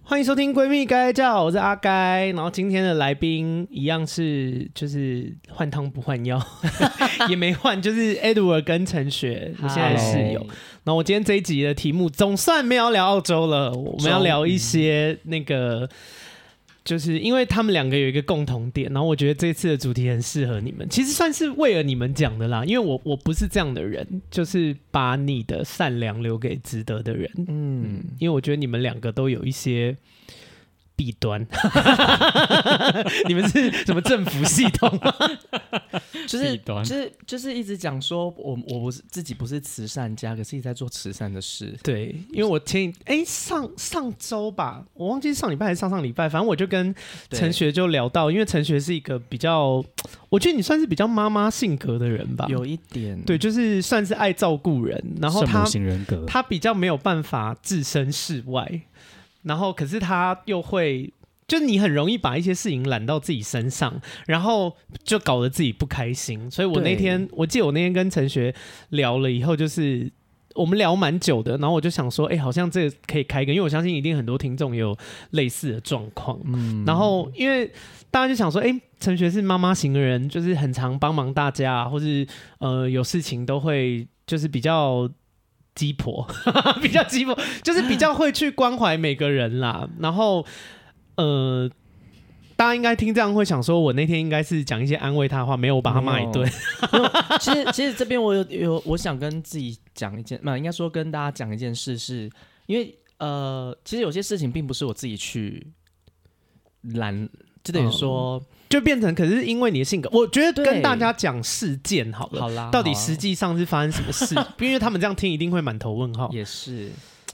欢迎收听闺蜜该叫，我是阿该。然后今天的来宾一样是就是换汤不换药，也没换，就是 Edward 跟陈雪，我现在室友。然后我今天这一集的题目总算没有聊澳洲了，我们要聊一些那个。就是因为他们两个有一个共同点，然后我觉得这次的主题很适合你们，其实算是为了你们讲的啦，因为我不是这样的人，就是把你的善良留给值得的人，因为我觉得你们两个都有一些弊端，你们是什么政府系统吗？ 就是一直讲说我不是自己不是慈善家，可是一直在做慈善的事。 对，因为我上周吧，我忘记是上礼拜还是上礼拜，反正我就跟陈学就聊到，因为陈学是一个比较，我觉得你算是比较妈妈性格的人吧， 有一点， 对，就是算是爱照顾人，然后圣母型人格， 他比较没有办法置身事外。然后，可是他又会，就是你很容易把一些事情揽到自己身上，然后就搞得自己不开心。所以我那天，我记得我那天跟陈学聊了以后，就是我们聊蛮久的，然后我就想说，好像这个可以开一个，因为我相信一定很多听众也有类似的状况。然后因为大家就想说，陈学是妈妈型的人，就是很常帮忙大家，或是有事情都会就是比较。鸡婆比较鸡婆，就是比较会去关怀每个人啦。然后，大家应该听这样会想说，我那天应该是讲一些安慰他的话，没有我把他骂一顿。 其实这边我想跟自己讲一件，应该说跟大家讲一件事是，因为其实有些事情并不是我自己去拦，就等于说。 就变成，可是因为你的性格，我觉得跟大家讲事件好了， 好啦， 到底实际上是发生什么事？因为他们这样听一定会满头问号。 也是，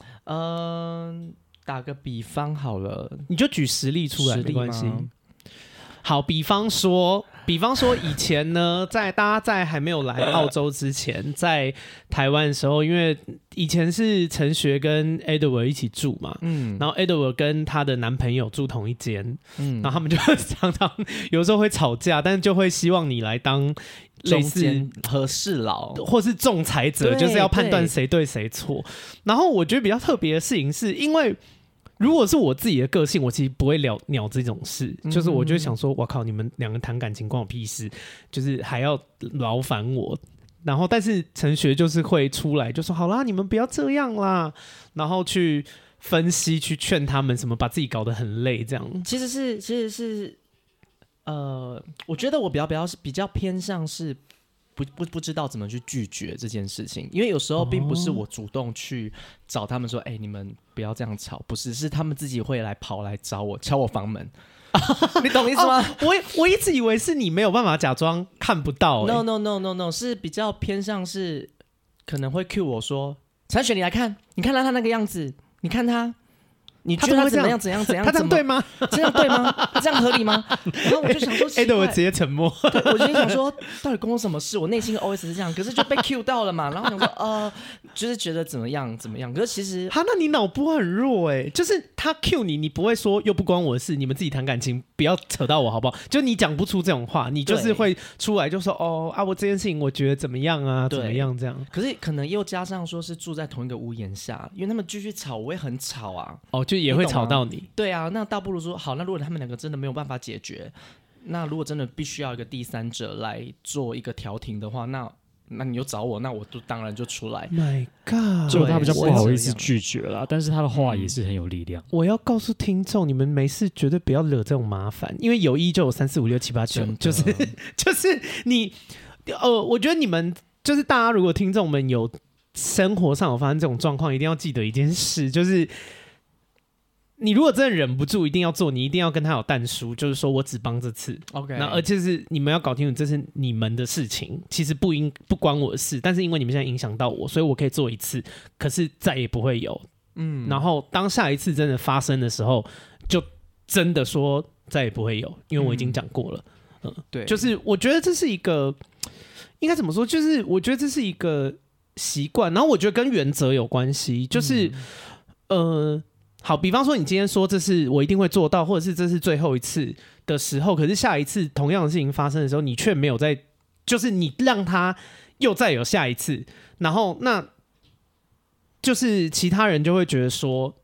打个比方好了， 你就举实例出来，没关系。好，比方说以前呢，大家在还没有来澳洲之前，在台湾的时候，因为以前是陈学跟 Edward 一起住嘛，然后 Edward 跟她的男朋友住同一间，然后他们就常常有时候会吵架，但是就会希望你来当类似和事佬或是仲裁者，就是要判断谁对谁错。然后我觉得比较特别的事情是，因为如果是我自己的个性，我其实不会鸟这种事，就是我就会想说，我靠，你们两个谈感情关我屁事，就是还要劳烦我。然后，但是陈学就是会出来就说，好啦，你们不要这样啦，然后去分析，去劝他们什么，把自己搞得很累这样。 其实是，我觉得我比较偏向是。不知道怎么去拒绝这件事情，因为有时候并不是我主动去找他们说，你们不要这样吵，不是，是他们自己会跑来找我，敲我房门，你懂意思吗？ 我一直以为是你没有办法假装看不到 ，No， 是比较偏向是可能会 cue 我说，陈雪你来看，你看他那个样子，你看他。你觉得他怎么样？怎样？ 他这样对吗？ 这样对吗？这样合理吗？然后我就想说我直接沉默。 对，我就想说，到底关我什么事？我内心的 OS 是这样，可是就被 Q 到了嘛。然后想说，就是觉得怎么样？可是其实， 那你脑波很弱就是他 Q 你，你不会说又不关我的事，你们自己谈感情，不要扯到我好不好？就你讲不出这种话，你就是会出来就说我这件事情我觉得怎么样啊，怎么样这样。 可是可能又加上说是住在同一个屋檐下，因为他们继续吵，我也很吵啊。 就也会吵到你。 对啊，那倒不如说好，那如果他们两个真的没有办法解决，那如果真的必须要一个第三者来做一个调停的话，那你就找我，那我就当然就出来。 My God， 就他比较不好意思拒绝啦，但是他的话也是很有力量。 我要告诉听众，你们没事绝对不要惹这种麻烦，因为有一就有3、4、5、6、7、8、9，就是你，我觉得你们就是大家，如果听众们有生活上有发生这种状况，一定要记得一件事，就是。你如果真的忍不住一定要做，你一定要跟他有但书，就是说我只帮这次 ，OK。 那而且是你们要搞清楚，这是你们的事情，其实不关我的事，但是因为你们现在影响到我，所以我可以做一次，可是再也不会有。然后当下一次真的发生的时候，就真的说再也不会有，因为我已经讲过了。 对， 就是我觉得这是一个应该怎么说，就是我觉得这是一个习惯，然后我觉得跟原则有关系，就是好，比方说你今天说这是我一定会做到，或者是这是最后一次的时候，可是下一次同样的事情发生的时候，你却没有在，就是你让他又再有下一次，然后那就是其他人就会觉得说，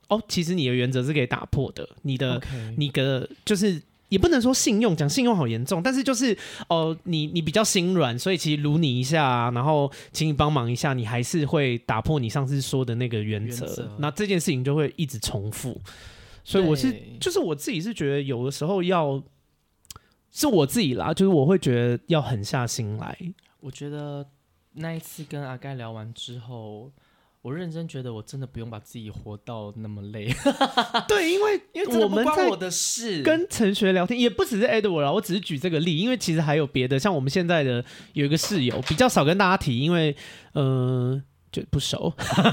其实你的原则是可以打破的，你的就是也不能说信用，讲信用好严重，但是就是你比较心软，所以其实撸你一下，然后请你帮忙一下，你还是会打破你上次说的那个原则，那这件事情就会一直重复。所以就是我自己是觉得有的时候是我自己啦，就是我会觉得要狠下心来。 我觉得那一次跟阿盖聊完之后，我认真觉得我真的不用把自己活到那么累。 对，因为我们在我的事跟陈学聊天，也不只是 Edward 啦，我只是举这个例，因为其实还有别的，像我们现在的有一个室友比较少跟大家提，因为就不熟，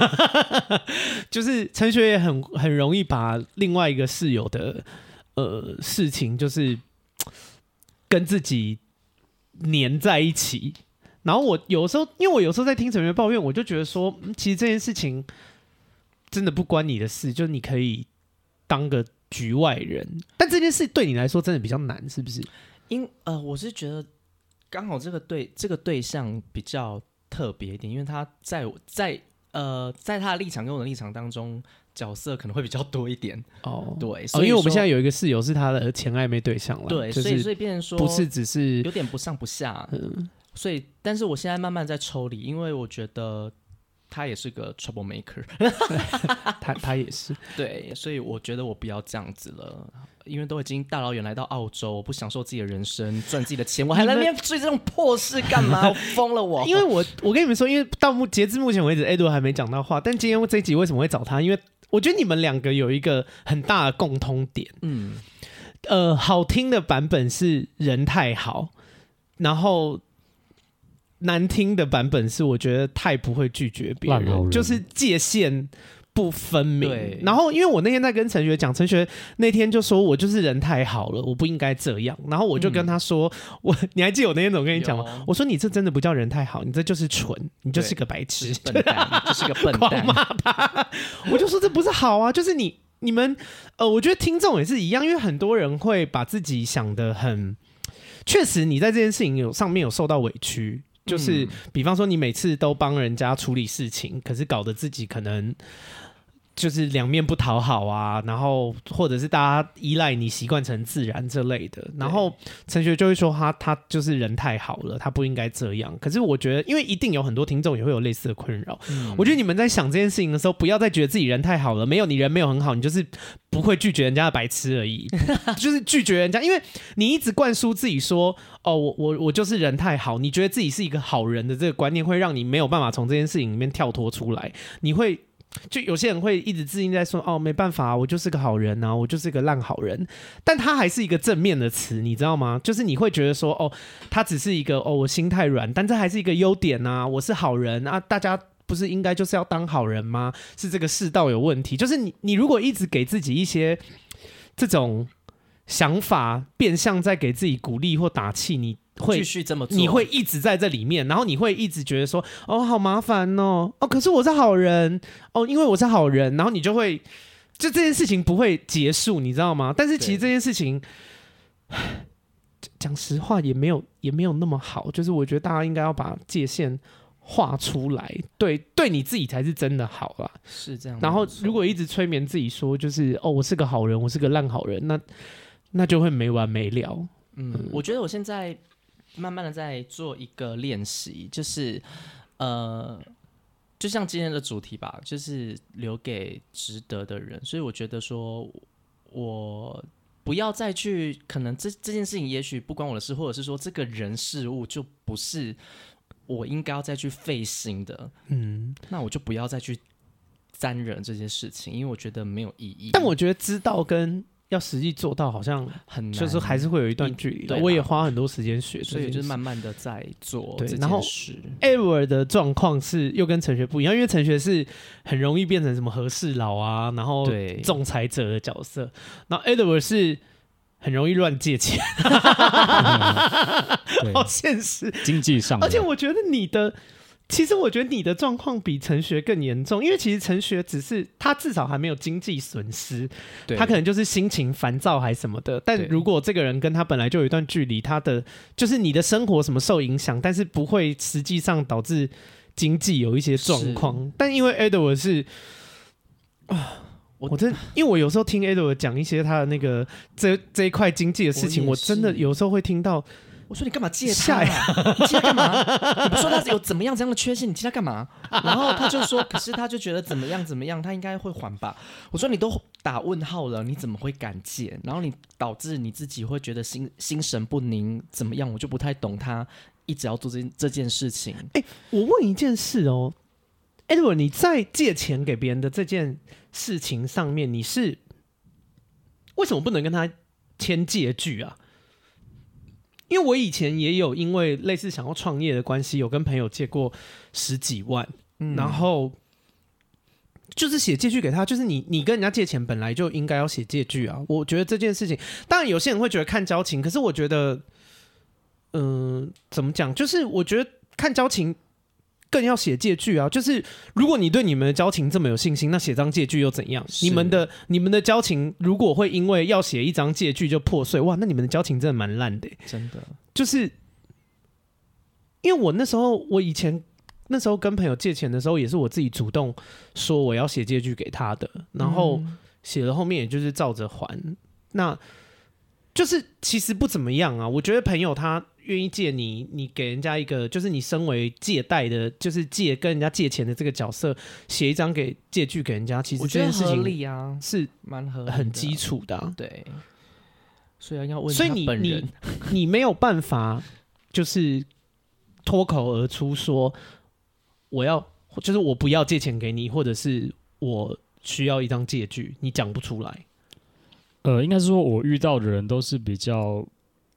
就是陈学也很容易把另外一个室友的事情，就是跟自己黏在一起。然后我有时候，因为我有时候在听陈学抱怨，我就觉得说，其实这件事情真的不关你的事，就你可以当个局外人，但这件事对你来说真的比较难，是不是？ 我是觉得刚好这个对象比较特别一点，因为他在他的立场跟我的立场当中，角色可能会比较多一点。对，所以因为我们现在有一个室友是他的前暧昧对象了， 对， 就是所以变成说不是只是有点不上不下，所以但是我现在慢慢在抽离，因为我觉得他也是个 trouble maker， 他也是， 对，所以我觉得我不要这样子了。因为都已经大老远来到澳洲，我不享受自己的人生，赚自己的钱，我还来那边追这种破事干嘛？我疯了我！ 因为我跟你们说，因为截至目前为止 ，Edward 还没讲到话。但今天这一集为什么会找他？因为我觉得你们两个有一个很大的共通点，好听的版本是人太好，然后难听的版本是我觉得太不会拒绝别人，就是界限不分明。然后因为我那天在跟陈学讲，陈学那天就说我就是人太好了，我不应该这样。然后我就跟他说，你还记得我那天怎么跟你讲吗？我说你这真的不叫人太好，你这就是蠢，你就是个白痴， 笨蛋，就是个笨蛋， 狂骂他。我就说这不是好啊，就是你们我觉得听众也是一样，因为很多人会把自己想得很，确实你在这件事情上面有受到委屈。就是比方说你每次都帮人家处理事情，可是搞得自己可能就是两面不讨好啊，然后或者是大家依赖你习惯成自然这类的，然后陈学就会说他就是人太好了，他不应该这样。可是我觉得因为一定有很多听众也会有类似的困扰，我觉得你们在想这件事情的时候，不要再觉得自己人太好了，没有，你人没有很好，你就是不会拒绝人家的白痴而已。就是拒绝人家，因为你一直灌输自己说我就是人太好，你觉得自己是一个好人的这个观念，会让你没有办法从这件事情里面跳脱出来。你会就有些人会一直自信在说没办法，我就是个好人啊，我就是个烂好人，但他还是一个正面的词，你知道吗？就是你会觉得说他只是一个我心太软，但这还是一个优点啊，我是好人啊，大家不是应该就是要当好人吗？是这个世道有问题。就是你如果一直给自己一些这种想法，变相在给自己鼓励或打气，你会继续这么做， 你会一直在这里面，然后你会一直觉得说好麻烦可是我是好人因为我是好人，然后你就会这件事情不会结束，你知道吗？但是其实这件事情讲实话也没有那么好，就是我觉得大家应该要把界限画出来，对你自己才是真的好啦， 是这样。 然后如果一直催眠自己说就是我是个好人，我是个烂好人，那就会没完没了。 我觉得我现在慢慢的在做一个练习，就是就像今天的主题吧，就是留给值得的人。所以我觉得说我不要再去，可能这件事情也许不关我的事，或者是说这个人事物就不是我应该要再去费心的，那我就不要再去沾惹这些事情，因为我觉得没有意义。 但我觉得知道跟要实际做到好像很难， 就是还是会有一段距离。我也花很多时间学， 所以就是慢慢的在做这件事。 然后 Edward 的状况是又跟陈学不一样，因为陈学是很容易变成什么和事佬啊，然后仲裁者的角色，然后 Edward 是很容易乱借钱，好现实， 经济上。 而且我觉得其实我觉得你的状况比陈学更严重，因为其实陈学只是他至少还没有经济损失，他可能就是心情烦躁还什么的。但如果这个人跟他本来就有一段距离，他的就是你的生活什么受影响，但是不会实际上导致经济有一些状况。但因为 Edward 是因为我有时候听 Edward 讲一些他的那个这一块经济的事情，我真的有时候会听到。 我说你干嘛借他、啊？你借他干嘛？你不说他有怎么样的缺陷，你借他干嘛？然后他就说，可是他就觉得怎么样，他应该会还吧。我说你都打问号了，你怎么会敢借？然后你导致你自己会觉得心神不宁，怎么样？我就不太懂他一直要做这件事情。 我问一件事哦 ，Edward， 你在借钱给别人的这件事情上面，你是为什么不能跟他签借据啊？因为我以前也有因为类似想要创业的关系，有跟朋友借过10几万，然后就是写借据给他，就是你跟人家借钱本来就应该要写借据啊。我觉得这件事情，当然有些人会觉得看交情，可是我觉得，怎么讲？就是我觉得看交情更要写借据啊。就是如果你对你们的交情这么有信心，那写张借据又怎样？你们的交情如果会因为要写一张借据就破碎，哇，那你们的交情真的蛮烂的， 真的。 就是因为我以前那时候跟朋友借钱的时候，也是我自己主动说我要写借据给他的，然后写了后面也就是照着还，那就是其实不怎么样啊。我觉得朋友他愿意借你，你给人家一个，就是你身为借贷的，就是跟人家借钱的这个角色，写一张借据给人家，其实这件事情合理啊， 是蛮合理的， 很基础的、啊。 对，所以要问所以他本人， 你没有办法就是脱口而出说就是我不要借钱给你，或者是我需要一张借据，你讲不出来。 应该是说我遇到的人都是比较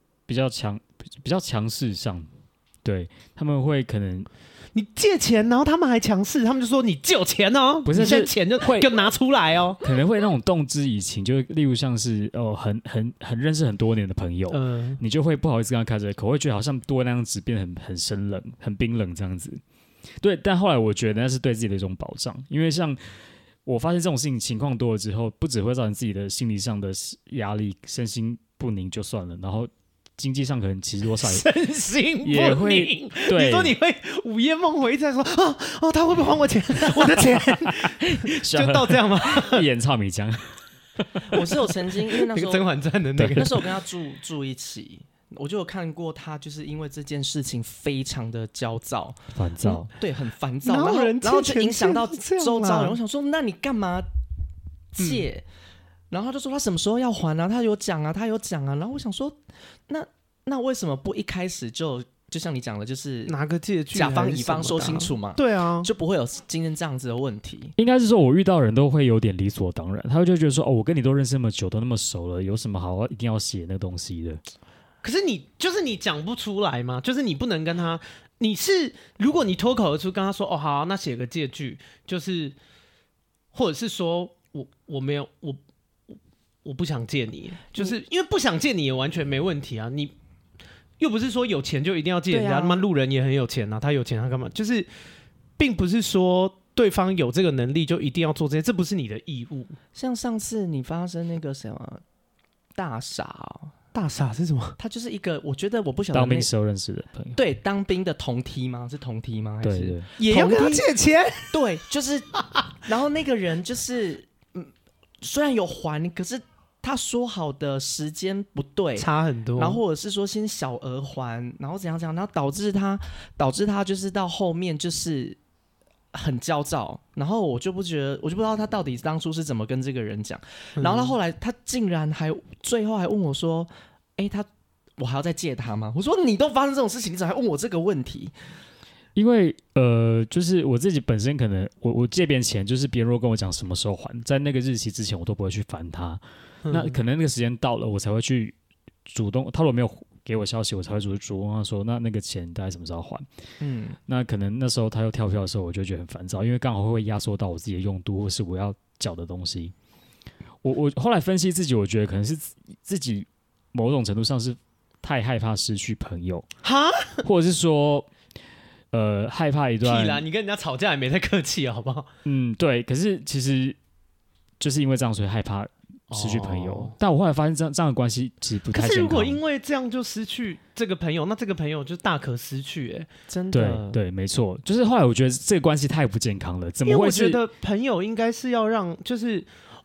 强势上，对，他们会可能你借钱，然后他们还强势，他们就说你借我钱哦， 不是， 你现在钱就给我拿出来哦， 可能会那种动之以情，就例如像是很认识很多年的朋友，你就会不好意思跟他开这个口，会觉得好像多那样子变得很生冷、很冰冷这样子。对，但后来我觉得那是对自己的一种保障，因为像我发现这种事情况多了之后，不只会造成自己的心理上的压力、身心不宁就算了，然后经济上可能其实多少身心也不宁。 对， 你说你会午夜梦回在说他会不会还我钱？我的钱就到这样吗？ 一言操米浆。 我是有曾经，因为那时候甄嬛传的那个， 那时候我跟他住一起。我就有看过他，就是因为这件事情非常的焦躁、 烦躁， 对，很烦躁，然后就影响到周遭人。我想说，那你干嘛借？然后他就说他什么时候要还啊？他有讲啊。然后我想说，那为什么不一开始就像你讲的，就是拿个借据， 甲方乙方说清楚嘛？ 对啊， 就不会有今天这样子的问题。 应该是说，我遇到的人都会有点理所当然，他就觉得说，我跟你都认识那么久，都那么熟了，有什么好一定要写那个东西的？ 可是你讲不出来吗？就是你不能跟他，如果你脱口而出跟他说好啊，那写个借据，就是或者是说我没有我不想借你，就是因为不想借你也完全没问题啊。你又不是说有钱就一定要借人家，他妈路人也很有钱啊，他有钱他干嘛？就是并不是说对方有这个能力就一定要做这些，这不是你的义务。 像上次你发生那个什么大傻是什么？ 他就是一个，我觉得我不晓得当兵时候认识的朋友， 对，当兵的同梯吗？是同梯吗？还是对也要跟他借钱？ 对，就是，然后那个人就是，虽然有还，可是他说好的时间不对， 差很多。 然后或者是说先小额还，然后怎样，然后导致他就是到后面就是很焦躁，然后我就不知道他到底当初是怎么跟这个人讲，然后他后来他竟然最后还问我说。我还要再借他吗？我说你都发生这种事情，你怎么还问我这个问题？ 因为就是我自己本身可能我借别人钱，就是别人如果跟我讲什么时候还，在那个日期之前我都不会去烦他。那可能那个时间到了，我才会去主动。他如果没有给我消息，我才会主动跟他说，那个钱大概什么时候还？那可能那时候他又跳票的时候，我就觉得很烦躁，因为刚好会压缩到我自己的用度，或是我要缴的东西。我后来分析自己，我觉得可能是自己。某种程度上是太害怕失去朋友，或者是说，害怕一段。 屁啦！你跟人家吵架也没太客气，好不好？ 对。可是其实就是因为这样，所以害怕失去朋友。但我后来发现，这样的关系其实不太健康。 可是如果因为这样就失去这个朋友，那这个朋友就大可失去， 真的。 对，没错。就是后来我觉得这个关系太不健康了，怎么会是？ 因为我觉得朋友应该是要让，就是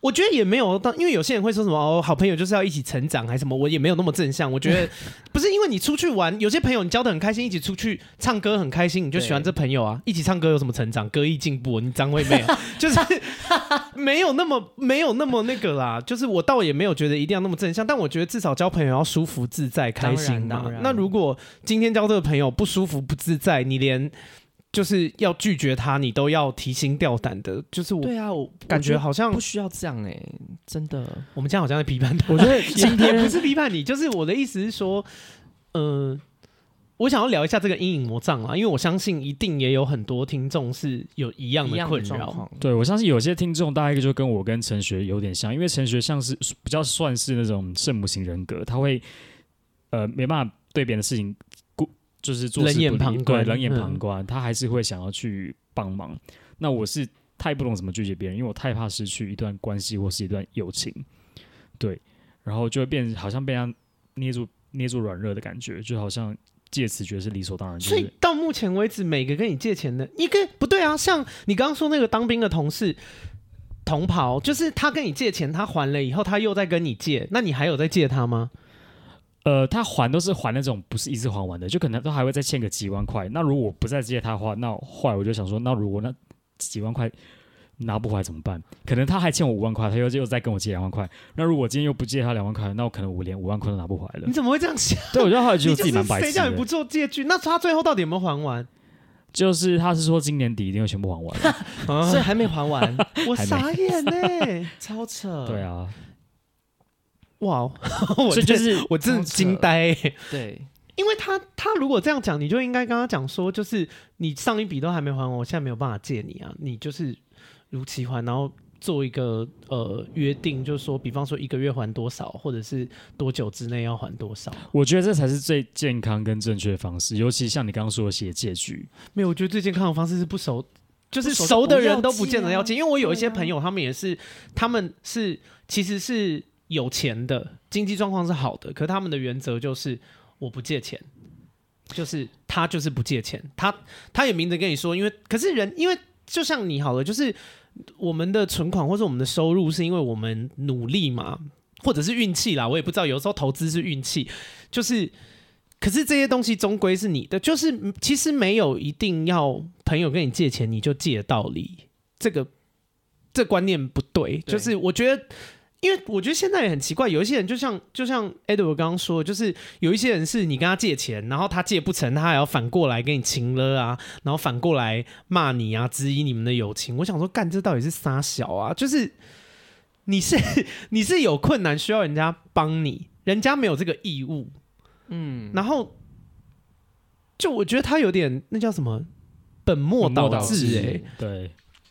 我觉得也没有到，因为有些人会说什么好朋友就是要一起成长还是什么，我也没有那么正向。我觉得不是因为你出去玩，有些朋友你交得很开心，一起出去唱歌很开心，你就喜欢这朋友啊。一起唱歌有什么成长？歌艺进步，你张惠妹啊，就是没有那么那个啦。就是我倒也没有觉得一定要那么正向，但我觉得至少交朋友要舒服自在开心嘛。那如果今天交这个朋友不舒服不自在，你连就是要拒绝他，你都要提心吊胆的。就是我感觉好像不需要这样真的。 我们这样好像在批判他。 我觉得今天不是批判你，就是我的意思是说，我想要聊一下这个阴影魔障啦，因为我相信一定也有很多听众是有一样的困扰。 对，我相信有些听众大概就跟我跟陈学有点像，因为陈学像是比较算是那种圣母型人格，他会没办法对别人的事情就是做事不理， 冷眼旁观， 对，冷眼旁观，他还是会想要去帮忙。那我是太不懂怎么拒绝别人，因为我太怕失去一段关系或是一段友情，对，然后就会好像被他捏住软肋的感觉，就好像借此觉得是理所当然。 所以到目前为止，每个跟你借钱的，一个不对啊，像你刚刚说那个当兵的同事同袍，就是他跟你借钱，他还了以后，他又再跟你借，那你还有在借他吗？ 他还都是还那种不是一次还完的，就可能都还会再欠个几万块。那如果我不再借他的话，那后来我就想说，那如果那几万块拿不回来怎么办？可能他还欠我5万块，他又再跟我借2万块。那如果我今天又不借他2万块，那我可能我连5万块都拿不回来了。 你怎么会这样想？ 对，我就后来觉得自己蛮白痴的。 谁叫你不做借据？那他最后到底有没有还完？ 就是他是说今年底一定会全部还完所以还没还完。 我傻眼欸， 超扯。 对啊。 哇， 所以就是我真的惊呆欸。 对， 因为他如果这样讲，你就应该跟他讲说，就是你上一笔都还没还完，我现在没有办法借你啊，你就是如期还，然后做一个约定，就是说，比方说1个月还多少，或者是多久之内要还多少。 我觉得这才是最健康跟正确的方式，尤其像你刚刚说的写借据。 没有，我觉得最健康的方式是不熟，就是熟的人都不见得要借，因为我有一些朋友，他们其实是有钱的，经济状况是好的，可他们的原则就是我不借钱，就是他就是不借钱，他也明着跟你说，因为就像你好了，就是我们的存款或者我们的收入是因为我们努力嘛，或者是运气啦，我也不知道，有时候投资是运气，就是可是这些东西终归是你的，就是其实没有一定要朋友跟你借钱你就借的道理，这观念不对，就是我觉得。因为我觉得现在也很奇怪，有一些人就像 Edward 刚刚说的，就是有一些人是你跟他借钱，然后他借不成，他还要反过来给你情勒啊，然后反过来骂你啊，质疑你们的友情。我想说，干这到底是啥小啊？就是你是有困难需要人家帮你，人家没有这个义务，然后就我觉得他有点那叫什么本末倒置对，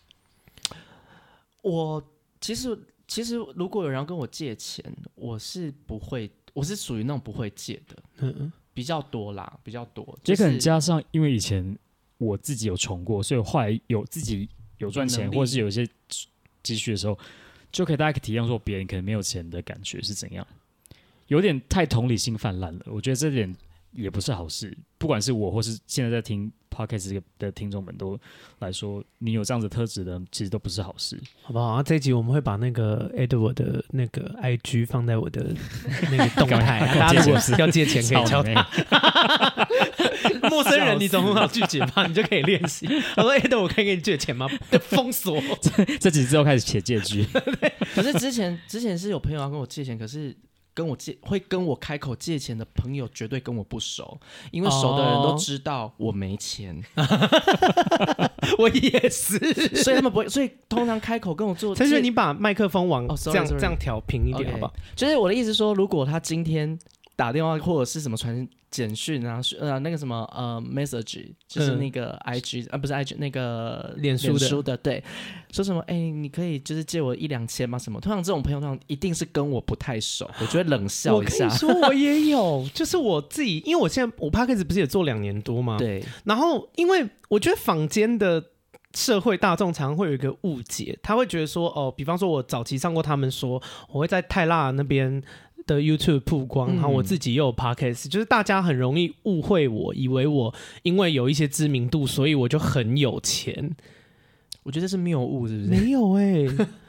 我其实如果有人要跟我借钱，我是属于那种不会借的，比较多啦，比较多。 也可能加上，因为以前我自己有穷过，所以后来自己有赚钱，或者是有一些积蓄的时候，就大家可以体谅说别人可能没有钱的感觉是怎样，有点太同理心泛滥了。我觉得这点也不是好事，不管是我或是现在在听 podcast 的听众们都来说，你有这样子的特质的，其实都不是好事， 好不好？这一集我们会把那个 Edward 的那个 IG 放在我的那个动态，大家如果要借钱可以敲他。陌生人你总很好拒绝吧，你就可以练习。我说 Edward 我可以给你借钱吗？封锁。 这集之后开始写借据。 可是之前是有朋友要跟我借钱，可是会跟我开口借钱的朋友绝对跟我不熟，因为熟的人都知道我没钱。 我也是， 所以他们不会，所以通常开口跟我做。 陈学，你把麦克风往这样调平一点，好不好？ 就是我的意思说，如果他今天打电话或者是什么传简讯啊，那个什么message， 就是那个 IG 不是 IG 那个脸书的，对，说什么你可以就是借我1-2千吗？什么？通常这种朋友，通常一定是跟我不太熟，我就会冷笑一下。 我跟你说，我也有，就是我自己，因为我现在我 Podcast 不是也做2年多吗？ 对。然后，因为我觉得坊间的社会大众常会有一个误解，他会觉得说，比方说我早期上过他们说，我会在泰辣那边的 YouTube 曝光，然后我自己又有 Podcast，就是大家很容易误会我，以为我因为有一些知名度，所以我就很有钱。 我觉得这是谬误，是不是？ 没有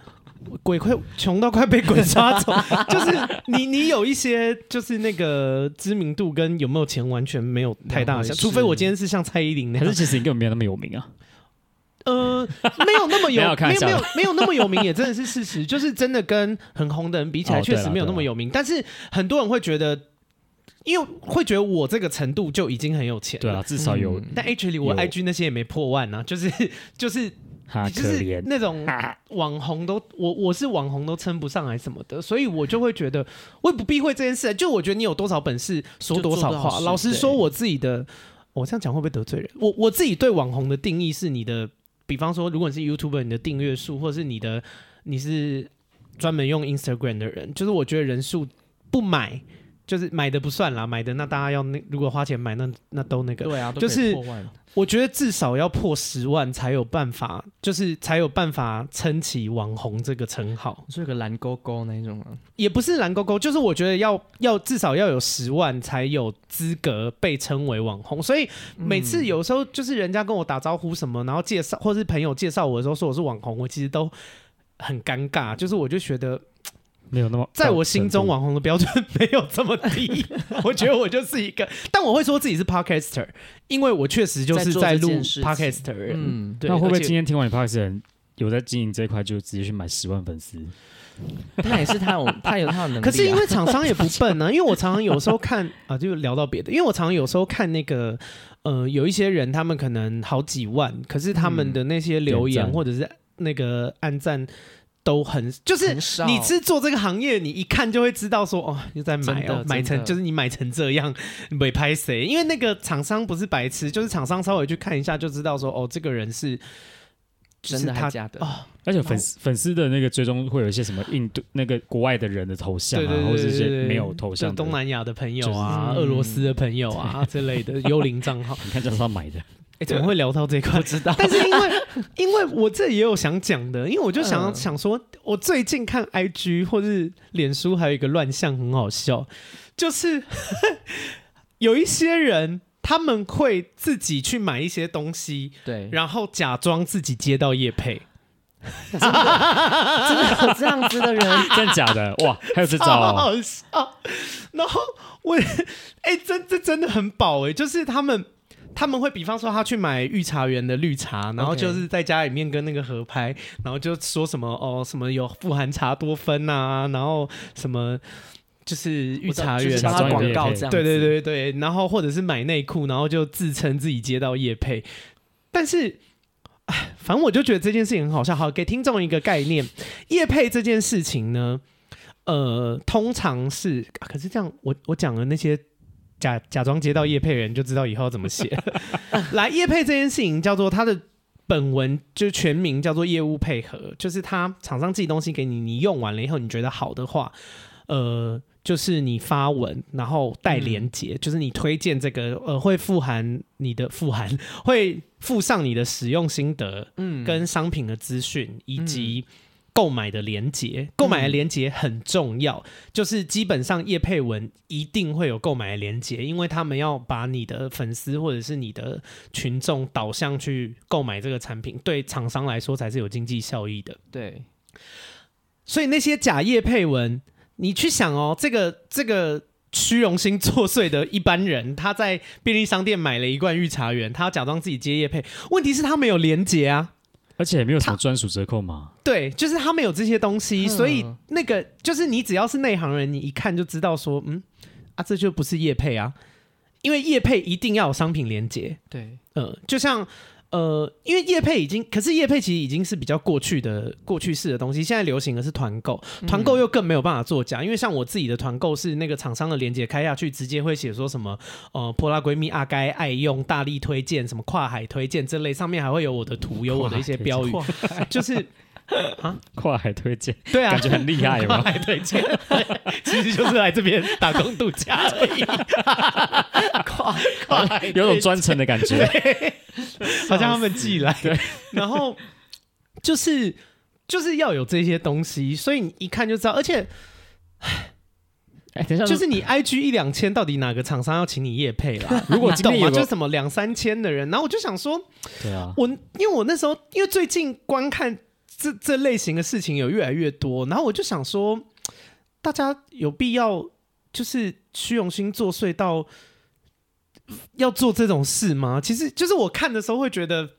鬼快穷到快被鬼抓走，就是你有一些就是那个知名度跟有没有钱完全没有太大的相，除非我今天是像蔡依林那样。 可是其实你根本没有那么有名啊。 没有那么没有那么有名，也真的是事实，就是真的跟很红的人比起来，确实没有那么有名。但是很多人会觉得，因为会觉得我这个程度就已经很有钱了， 对啊，至少有。 但 actually 我 IG 那些也没破万啊，就是那种网红都我是网红都称不上来什么的，所以我就会觉得我也不避讳这件事。就我觉得你有多少本事说多少话。老实说，我自己的我这样讲会不会得罪人？我自己对网红的定义是你的。比方说，如果你是 YouTuber， 你的订阅数，或者是你是专门用 Instagram 的人，就是我觉得人数不买，就是买的不算啦，买的那大家要如果花钱买，那都那个， 对啊， 就是我觉得至少要破10万才有办法，就是才有办法撑起网红这个称号。 是个蓝勾勾那一种吗？ 也不是蓝勾勾，就是我觉得要至少要有10万才有资格被称为网红。所以每次有时候就是人家跟我打招呼什么，然后介绍或是朋友介绍我的时候说我是网红，我其实都很尴尬，就是我就觉得。 没有那么， 在我心中网红的标准没有这么低，我觉得我就是一个，但我会说自己是 podcaster， 因为我确实就是在录 podcaster 的人。 那会不会今天听完你 podcast 的人有在经营这一块，就直接去买10万粉丝？ 那也是他有他的能力、啊。 可是因为厂商也不笨啊，因为我常常有时候看啊，就聊到别的，因为我常常有时候看那个有一些人他们可能好几万，可是他们的那些留言或者是那个按赞。都很就是你是做这个行业，你一看就会知道说哦，你在买哦，买成就是你买成这样，没拍谁？因为那个厂商不是白痴，就是厂商稍微去看一下就知道说哦，这个人是真的还假的哦。 而且粉丝的那个追踪会有一些什么印度那个国外的人的头像啊，或者一些没有头像的东南亚的朋友啊、俄罗斯的朋友啊之类的幽灵账号。 你看这是他买的。 怎么会聊到这一块？ 不知道， 但是因为我这也有想讲的，因为我就想说，我最近看 IG 或是脸书还有一个乱象很好笑，就是有一些人他们会自己去买一些东西， 对， 然后假装自己接到业配。 真的有这样子的人？ 真的假的？哇，还有这招哦！ 好笑。然后我这真的很饱就是他们会比方说他去买御茶园的绿茶，然后就是在家里面跟那个合拍，然后就说什么什么有富含茶多酚啊，然后什么就是御茶园就是广告这样子， 对，然后或者是买内裤，然后就自称自己接到业配，但是反正我就觉得这件事情很好笑。好，给听众一个概念，业配这件事情呢，通常是可是这样我讲了那些。假装接到业配人就知道以后要怎么写。来，业配这件事情叫做它的本文就全名叫做业务配合，就是他厂商寄东西给你，你用完了以后你觉得好的话，就是你发文然后带连结，就是你推荐这个会会附上你的使用心得，跟商品的资讯以及。购买的连结，购买的连结很重要，就是基本上业配文一定会有购买的连结，因为他们要把你的粉丝或者是你的群众导向去购买这个产品，对厂商来说才是有经济效益的。 对， 所以那些假业配文，你去想哦，这个虚荣心作祟的一般人，他在便利商店买了一罐御茶园，他要假装自己接业配，问题是他没有连结啊。 而且也没有什么专属折扣嘛？ 对，就是他们有这些东西，所以那个就是你只要是内行人，你一看就知道说，这就不是业配啊，因为业配一定要有商品连结。 对， 就像因为业配可是业配其实已经是比较过去式的东西，现在流行的是团购，团购又更没有办法作假，因为像我自己的团购是那个厂商的连结开下去，直接会写说什么泼辣闺蜜阿该爱用，大力推荐，什么跨海推荐这类，上面还会有我的图，有我的一些标语，就是跨海推荐， 对啊， 感觉很厉害，有没有？ 跨海推荐，其实就是来这边打工度假而已，跨海有种专程的感觉， 好像他们寄来，对，然后就是要有这些东西，所以你一看就知道，而且。 等一下， 就是你 IG 1-2千，到底哪个厂商要请你业配啦？ 如果今天有就是什么2-3千的人，然后我就想说， 对啊， 因为我那时候因为最近观看这类型的事情有越来越多，然后我就想说，大家有必要就是虚荣心作祟到要做这种事吗？其实就是我看的时候会觉得。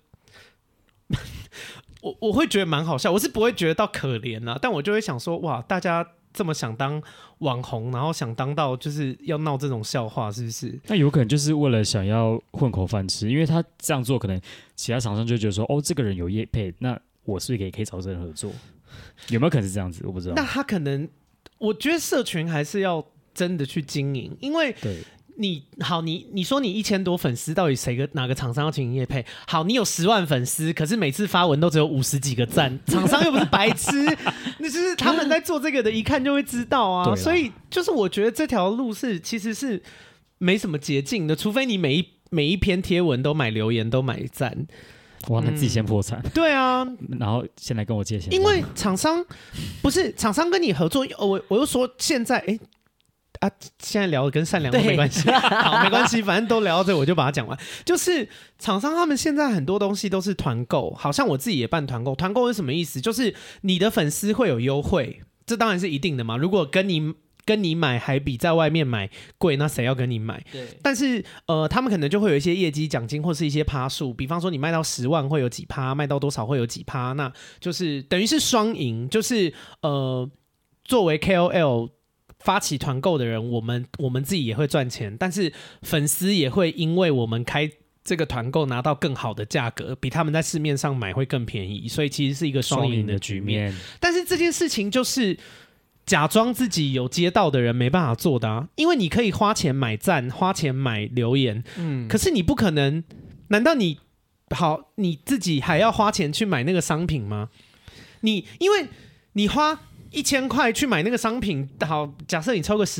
我会觉得蛮好笑，我是不会觉得到可怜啊，但我就会想说，哇，大家这么想当网红，然后想当到就是要闹这种笑话，是不是？ 那有可能就是为了想要混口饭吃，因为他这样做，可能其他厂商就觉得说，哦，这个人有业配，那我是不是可以找这人合作？有没有可能是这样子？我不知道。 那他可能，我觉得社群还是要真的去经营，因为对。 你说你1000多粉丝，到底哪个厂商要请你业配？好，你有10万粉丝，可是每次发文都只有50几个赞，厂商又不是白痴，那就是他们在做这个的，一看就会知道啊。所以就是我觉得这条路其实是没什么捷径的，除非你每一篇贴文都买留言，都买赞。 哇，那自己先破产。 对啊， 然后先来跟我借钱。 因为厂商跟你合作，我又说现在现在聊的跟善良都没关系，好，没关系，反正都聊到这，我就把它讲完。就是厂商他们现在很多东西都是团购，好像我自己也办团购。团购是什么意思？就是你的粉丝会有优惠，这当然是一定的嘛。如果跟你买还比在外面买贵，那谁要跟你买？ 对。 但是他们可能就会有一些业绩奖金或是一些趴数，比方说你卖到10万会有几趴，卖到多少会有几趴，那就是等于是双赢。就是作为 KOL。发起团购的人，我们自己也会赚钱，但是粉丝也会因为我们开这个团购拿到更好的价格，比他们在市面上买会更便宜，所以其实是一个双赢的局面。但是这件事情就是假装自己有接到的人没办法做的啊，因为你可以花钱买赞，花钱买留言，可是你不可能，难道你自己还要花钱去买那个商品吗？因为你花1000块去买那个商品，好，假设你抽个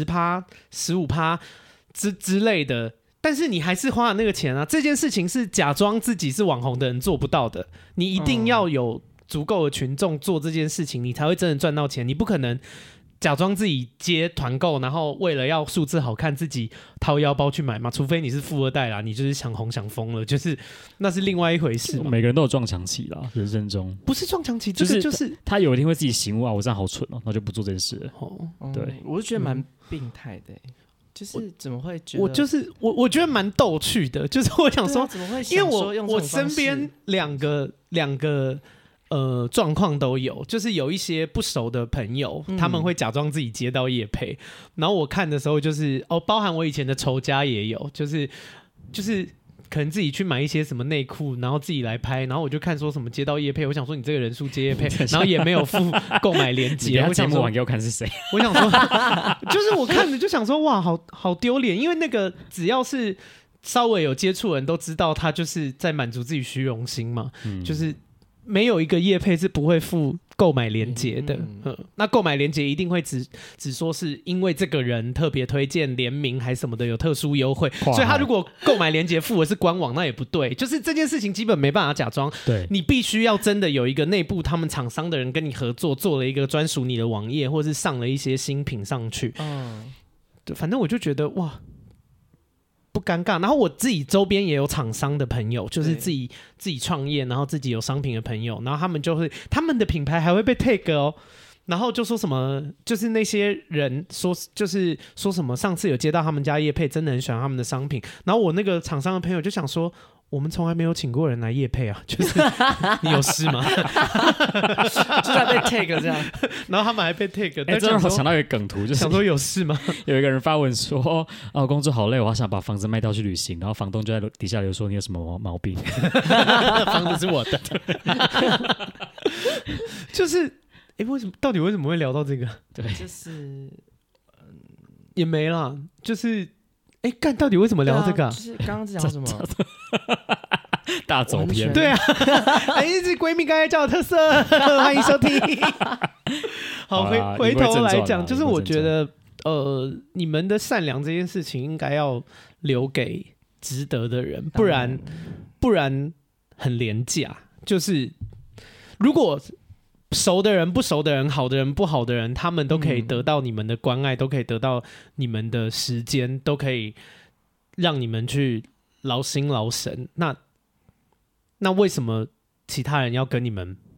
10%、15%之类的，但是你还是花了那个钱啊。这件事情是假装自己是网红的人做不到的，你一定要有足够的群众做这件事情，你才会真的赚到钱。你不可能假装自己接团购，然后为了要数字好看，自己掏腰包去买嘛？除非你是富二代啦，你就是想红想疯了，就是那是另外一回事嘛。 每个人都有撞墙期啦，人生中不是撞墙期，这个就是他有一天会自己醒悟啊，我这样好蠢哦，那就不做这件事了。对， 我就觉得蛮病态的，就是怎么会觉得？ 我觉得蛮逗趣的，就是我想说， 怎么会因为我身边两个状况都有，就是有一些不熟的朋友，他们会假装自己接到业配，然后我看的时候就是包含我以前的仇家也有，就是可能自己去买一些什么内裤，然后自己来拍，然后我就看说什么接到业配，我想说你这个人数接业配，然后也没有付购买链接，我想说完给我看是谁， 我想说就是我看着就想说哇，好丢脸，因为那个只要是稍微有接触的人都知道，他就是在满足自己虚荣心嘛，就是没有一个业配是不会付购买连结的，那购买连结一定会只说是因为这个人特别推荐联名还是什么的有特殊优惠，所以他如果购买连结付的是官网，那也不对，就是这件事情基本没办法假装， 对， 你必须要真的有一个内部他们厂商的人跟你合作，做了一个专属你的网页，或是上了一些新品上去，对，反正我就觉得哇。不尴尬，然后我自己周边也有厂商的朋友，就是自己创业，然后自己有商品的朋友，然后他们就会他们的品牌还会被 tag 哦，然后就说什么，就是那些人就是说什么上次有接到他们家业配，真的很喜欢他们的商品，然后我那个厂商的朋友就想说。我们从来没有请过人来业配啊，就是你有事吗？ 就在被 tag 这样， 然后他们还被 tag。 这让我想到一个梗图，就是想说有事吗？ 有一个人发文说：“哦，工作好累，我好想把房子卖掉去旅行。”然后房东就在底下留说：“你有什么毛病？” 房子是我的。就是到底为什么会聊到这个？ 对， 就是也没啦，就是。干到底为什么聊这个？ 就是刚刚讲什么大走偏？ 对啊，这闺蜜刚才叫的特色，欢迎收听。好，回头来讲，就是我觉得，你们的善良这件事情应该要留给值得的人，不然很廉价。就是如果。熟的人、不熟的人、好的人、不好的人，他们都可以得到你们的关爱，都可以得到你们的时间，都可以让你们去劳心劳神。那为什么其他人要跟你们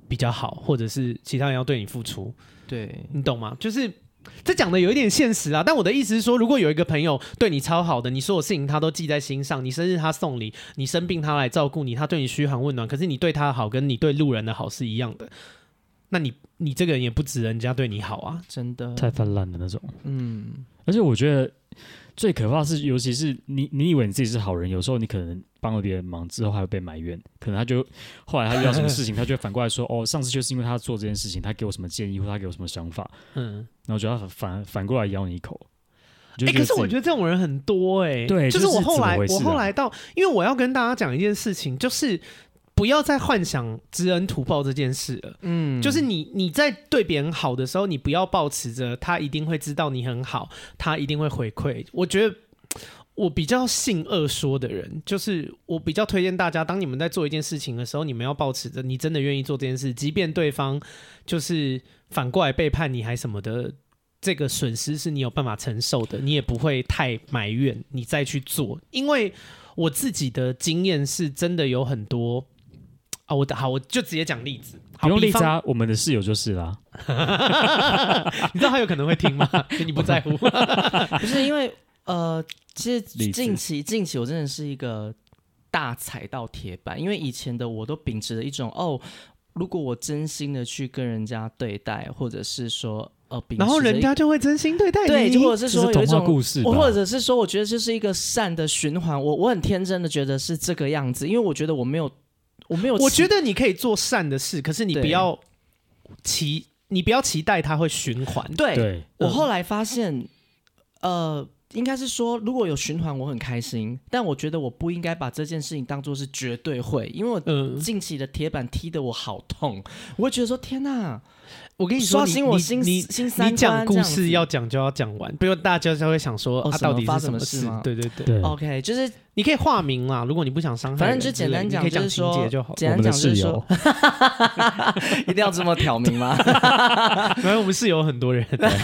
比较好，或者是其他人要对你付出， 对， 你懂吗？就是这讲的有一点现实啊，但我的意思是说，如果有一个朋友对你超好的，你所有事情他都记在心上，你生日他送礼，你生病他来照顾你，他对你嘘寒问暖，可是你对他的好跟你对路人的好是一样的，那你这个人也不值人家对你好啊， 真的太泛滥的那种。而且我觉得最可怕的是，尤其是你以为你自己是好人，有时候你可能帮了别人忙之后还会被埋怨，可能后来他遇到什么事情，他就会反过来说，哦，上次就是因为他做这件事情，他给我什么建议或他给我什么想法，然后就他反过来咬你一口。 可是我觉得这种人很多对， 就是我后来到，因为我要跟大家讲一件事情，就是不要再幻想知恩图报这件事了。就是你在对别人好的时候，你不要抱持着他一定会知道你很好，他一定会回馈。我觉得我比较信恶说的人，就是我比较推荐大家，当你们在做一件事情的时候，你们要抱持着你真的愿意做这件事，即便对方就是反过来背叛你还什么的，这个损失是你有办法承受的，你也不会太埋怨，你再去做。因为我自己的经验是真的有很多我就直接讲例子， 不用例子啊，我们的室友就是啦。 你知道他有可能会听吗？你不在乎？ 不是因为其实近期我真的是一个大踩到铁板，因为以前的我都秉持着一种如果我真心的去跟人家对待，或者是说然后人家就会真心对待你， 对，或者是说有一种故事， 或者是说我觉得这是一个善的循环，我很天真的觉得是这个样子，因为我觉得我没有，我觉得你可以做善的事，可是你不要期待它会循环。 对，我后来发现，应该是说，如果有循环，我很开心，但我觉得我不应该把这件事情当作是绝对会，因为我近期的铁板踢得我好痛，我会觉得说天哪。 我跟你说， 刷新我新三观， 你讲故事要讲就要讲完，不然大家就会想说到底是什么事吗？对 ，OK， 就是你可以化名啦，如果你不想伤害人， 反正就简单讲，就是说，简单讲就是说，一定要这么挑明吗？ 反正我们室友很多人，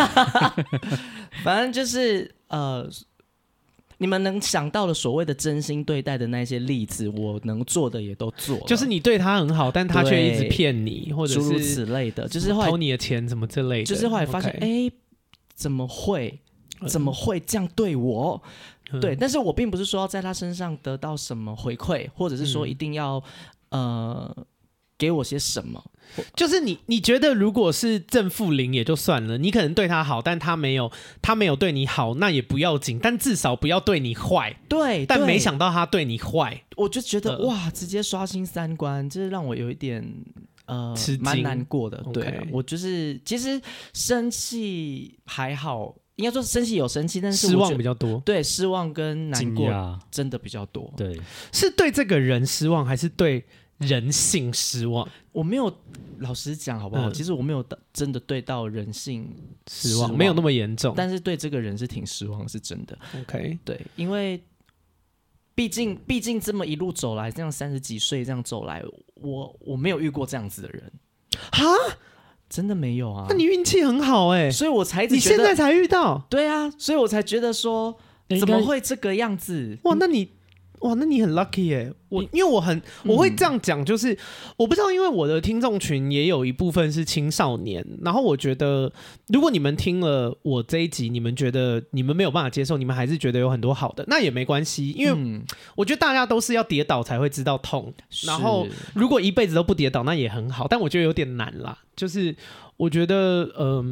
反正就是你们能想到的所谓的真心对待的那些例子，我能做的也都做了。 就是你对他很好，但他却一直骗你，或者是诸如此类的，就是后来偷你的钱什么之类的。 就是后来发现，怎么会这样对我？对，但是我并不是说要在他身上得到什么回馈，或者是说一定要给我些什么。 就是你觉得如果是正负零也就算了，你可能对他好，但他没有对你好，那也不要紧，但至少不要对你坏。 对， 但没想到他对你坏， 我就觉得哇，直接刷新三观，这让我有一点蛮难过的。对，我就是其实生气还好，应该说生气有生气，但是失望比较多。 对，失望跟难过真的比较多。 对， 是对这个人失望，还是对人性失望？ 我没有，老实讲好不好？其实我没有真的对到人性失望，没有那么严重， 但是对这个人是挺失望，是真的。 OK， 对，因为毕竟这么一路走来，这样30几岁这样走来，我没有遇过这样子的人哈， 真的没有啊。 那你运气很好所以我才你现在才遇到， 对啊，所以我才觉得说怎么会这个样子？ 那你很 lucky 耶！因为我会这样讲，就是我不知道，因为我的听众群也有一部分是青少年，然后我觉得，如果你们听了我这一集，你们觉得你们没有办法接受，你们还是觉得有很多好的，那也没关系，因为我觉得大家都是要跌倒才会知道痛，然后如果一辈子都不跌倒，那也很好，但我觉得有点难啦，就是我觉得，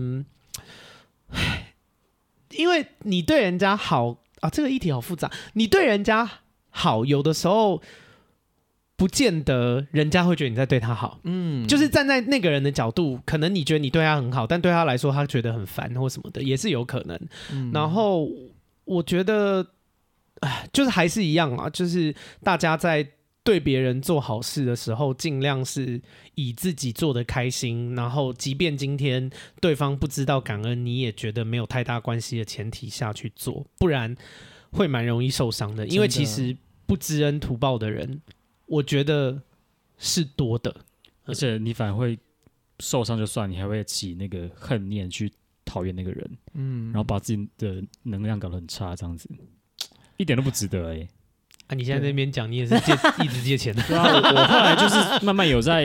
因为你对人家好啊，这个议题好复杂，你对人家好，有的时候不见得人家会觉得你在对他好，就是站在那个人的角度，可能你觉得你对他很好，但对他来说他觉得很烦或什么的，也是有可能。然后我觉得，就是还是一样啊，就是大家在对别人做好事的时候，尽量是以自己做的开心，然后即便今天对方不知道感恩，你也觉得没有太大关系的前提下去做，不然会蛮容易受伤的。因为其实不知恩图报的人，我觉得是多的， 而且你反而会受伤就算，你还会起那个恨念去讨厌那个人，然后把自己的能量搞得很差，这样子一点都不值得你现在在那边讲，你也是一直借钱的。 对啊，我后来就是慢慢有在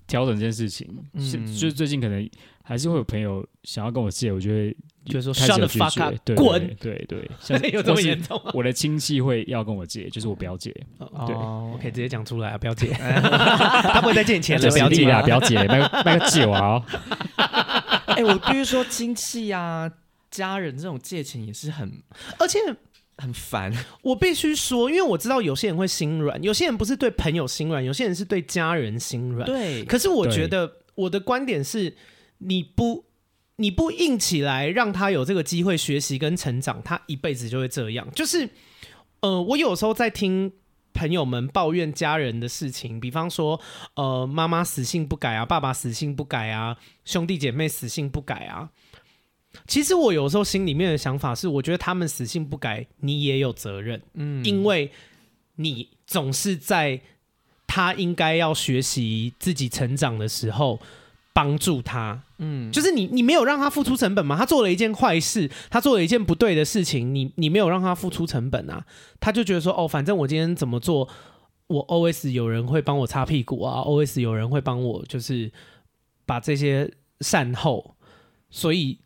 调整这件事情。就最近可能还是会有朋友想要跟我借，我就会就是说开始 shut 有 the 拒 fuck 绝 up， 对滚， 对， 有这么严重吗？ 我的亲戚会要跟我借，就是我不要借。对， 我可以直接讲出来啊，不要借，他不会再借你钱了，不要借啊，不要借，卖个酒啊。 我必须说亲戚啊、家人这种借钱也是而且很烦。 我必须说，因为我知道有些人会心软，有些人不是对朋友心软，有些人是对家人心软。 对， 可是我觉得我的观点是，你不硬起来，让他有这个机会学习跟成长，他一辈子就会这样。就是我有时候在听朋友们抱怨家人的事情，比方说妈妈死性不改啊，爸爸死性不改啊，兄弟姐妹死性不改啊。其实我有时候心里面的想法是，我觉得他们死性不改，你也有责任，因为你总是在他应该要学习自己成长的时候帮助他，就是你没有让他付出成本嘛，他做了一件坏事，他做了一件不对的事情，你没有让他付出成本啊，他就觉得说反正我今天怎么做，我 always 有人会帮我擦屁股啊 ，always 有人会帮我就是把这些善后，所以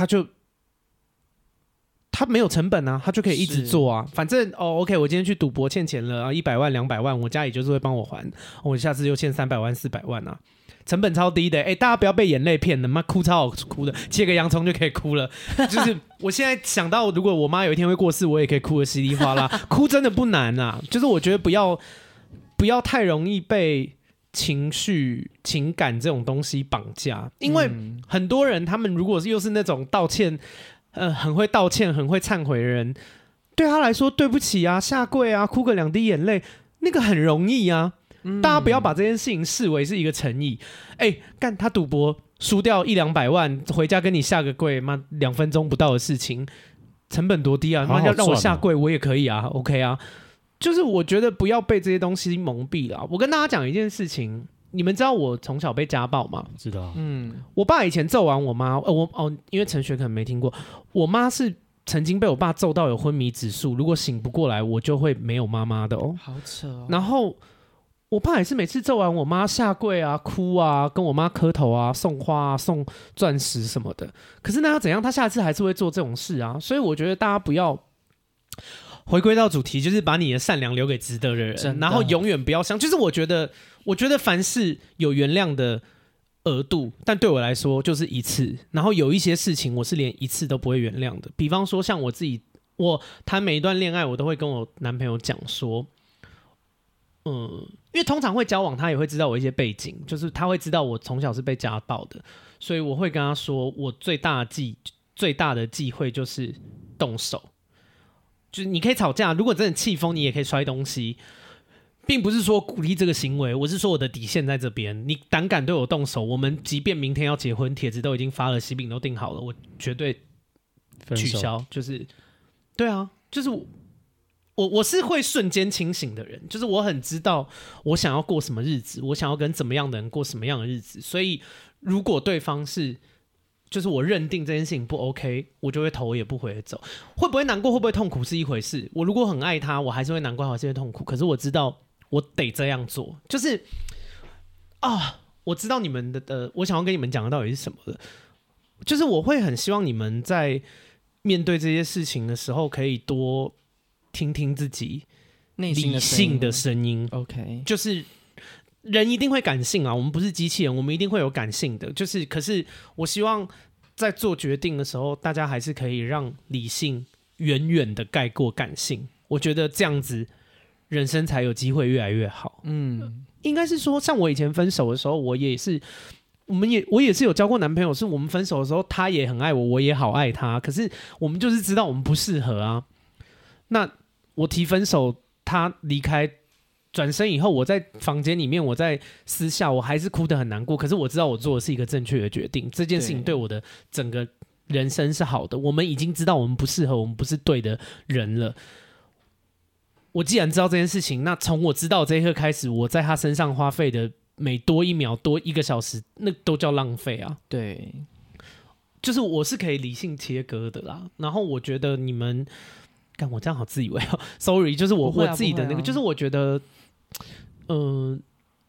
他没有成本啊，他就可以一直做啊。反正OK， 我今天去赌博欠钱了100万200万，我家里就是会帮我还，我下次又欠300万400万啊，成本超低的。大家不要被眼泪骗了，妈哭超好哭的，切个洋葱就可以哭了。就是我现在想到，如果我妈有一天会过世，我也可以哭得稀里哗啦，哭真的不难啊。就是我觉得不要太容易被情绪、情感这种东西绑架，因为很多人他们如果又是那种道歉，很会道歉、很会忏悔的人，对他来说，对不起啊，下跪啊，哭个2滴眼泪，那个很容易啊。大家不要把这件事情视为是一个诚意。干他赌博输掉100-200万，回家跟你下个跪，妈2分钟不到的事情，成本多低啊！妈要让我下跪，我也可以啊 ，OK 啊。就是我觉得不要被这些东西蒙蔽了。我跟大家讲一件事情，你们知道我从小被家暴吗？ 知道。 我爸以前揍完我妈，因为陈学可能没听过，我妈是曾经被我爸揍到有昏迷指数，如果醒不过来，我就会没有妈妈的哦。 好扯哦。 然后我爸也是每次揍完我妈下跪啊、哭啊、跟我妈磕头啊、送花啊、送钻石什么的。可是那要怎样？他下次还是会做这种事啊。所以我觉得大家不要。回归到主题，就是把你的善良留给值得的人，然后永远不要想。就是我觉得凡事有原谅的额度，但对我来说就是一次。然后有一些事情我是连一次都不会原谅的，比方说像我自己，我谈每一段恋爱，我都会跟我男朋友讲说，因为通常会交往，他也会知道我一些背景，就是他会知道我从小是被家暴的，所以我会跟他说，我最大的忌讳就是动手。就是你可以吵架，如果真的气疯，你也可以摔东西，并不是说鼓励这个行为，我是说我的底线在这边。你胆敢对我动手，我们即便明天要结婚，帖子都已经发了，喜饼都订好了，我绝对取消。就是对啊，就是我是会瞬间清醒的人，就是我很知道我想要过什么日子，我想要跟怎么样的人过什么样的日子，所以如果对方是。就是我认定这件事情不 OK， 我就会头也不回的走。会不会难过，会不会痛苦是一回事。我如果很爱他，我还是会难过，还是会痛苦。可是我知道我得这样做，就是我知道你们的我想要跟你们讲的到底是什么了。就是我会很希望你们在面对这些事情的时候，可以多听听自己内心理性的声音。 OK， 就是人一定会感性啊，我们不是机器人，我们一定会有感性的。就是可是我希望在做决定的时候，大家还是可以让理性远远的盖过感性。我觉得这样子人生才有机会越来越好。应该是说，像我以前分手的时候，我也是有交过男朋友，是我们分手的时候，他也很爱我，我也好爱他，可是我们就是知道我们不适合啊。那我提分手，他离开。转身以后，我在房间里面，我在私下，我还是哭得很难过。可是我知道我做的是一个正确的决定，这件事情对我的整个人生是好的。我们已经知道我们不适合，我们不是对的人了。我既然知道这件事情，那从我知道这一刻开始，我在他身上花费的每多1秒、多1个小时，那都叫浪费啊。 对， 就是我是可以理性切割的啦。然后我觉得你们，干我这样好自以为哦 ，sorry， 就是我自己的那个，就是我觉得。大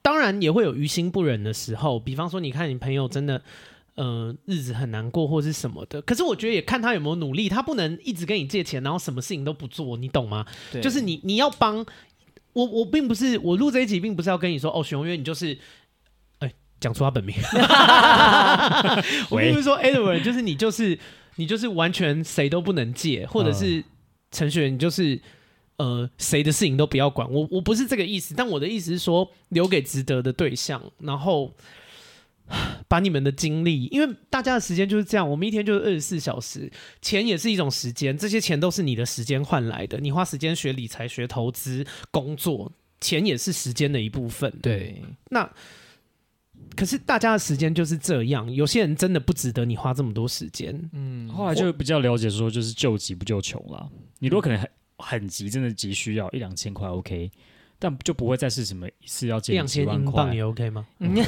当然也会有于心不忍的时候，比方说你看你朋友真的日子很难过或是什么的，可是我觉得也看他有没有努力，他不能一直跟你借钱，然后什么事情都不做，你懂吗？就是你要帮我并不是我录这一集并不是要跟你说许宏渊你就是讲出他本名我并不是说 Edward 就是你就是完全谁都不能借，或者是陈雪你就是谁的事情都不要管，我不是这个意思，但我的意思是说留给值得的对象，然后把你们的精力，因为大家的时间就是这样，我们一天就是24小时，钱也是一种时间，这些钱都是你的时间换来的，你花时间学理财、学投资、工作，钱也是时间的一部分。 对， 那可是大家的时间就是这样，有些人真的不值得你花这么多时间。 后来就比较了解说，就是救急不救穷啦。你如果可能很急，真的急需要1-2千块 OK。但就不会再是什么一次要借几万块， 2000英镑也 OK 吗？ 那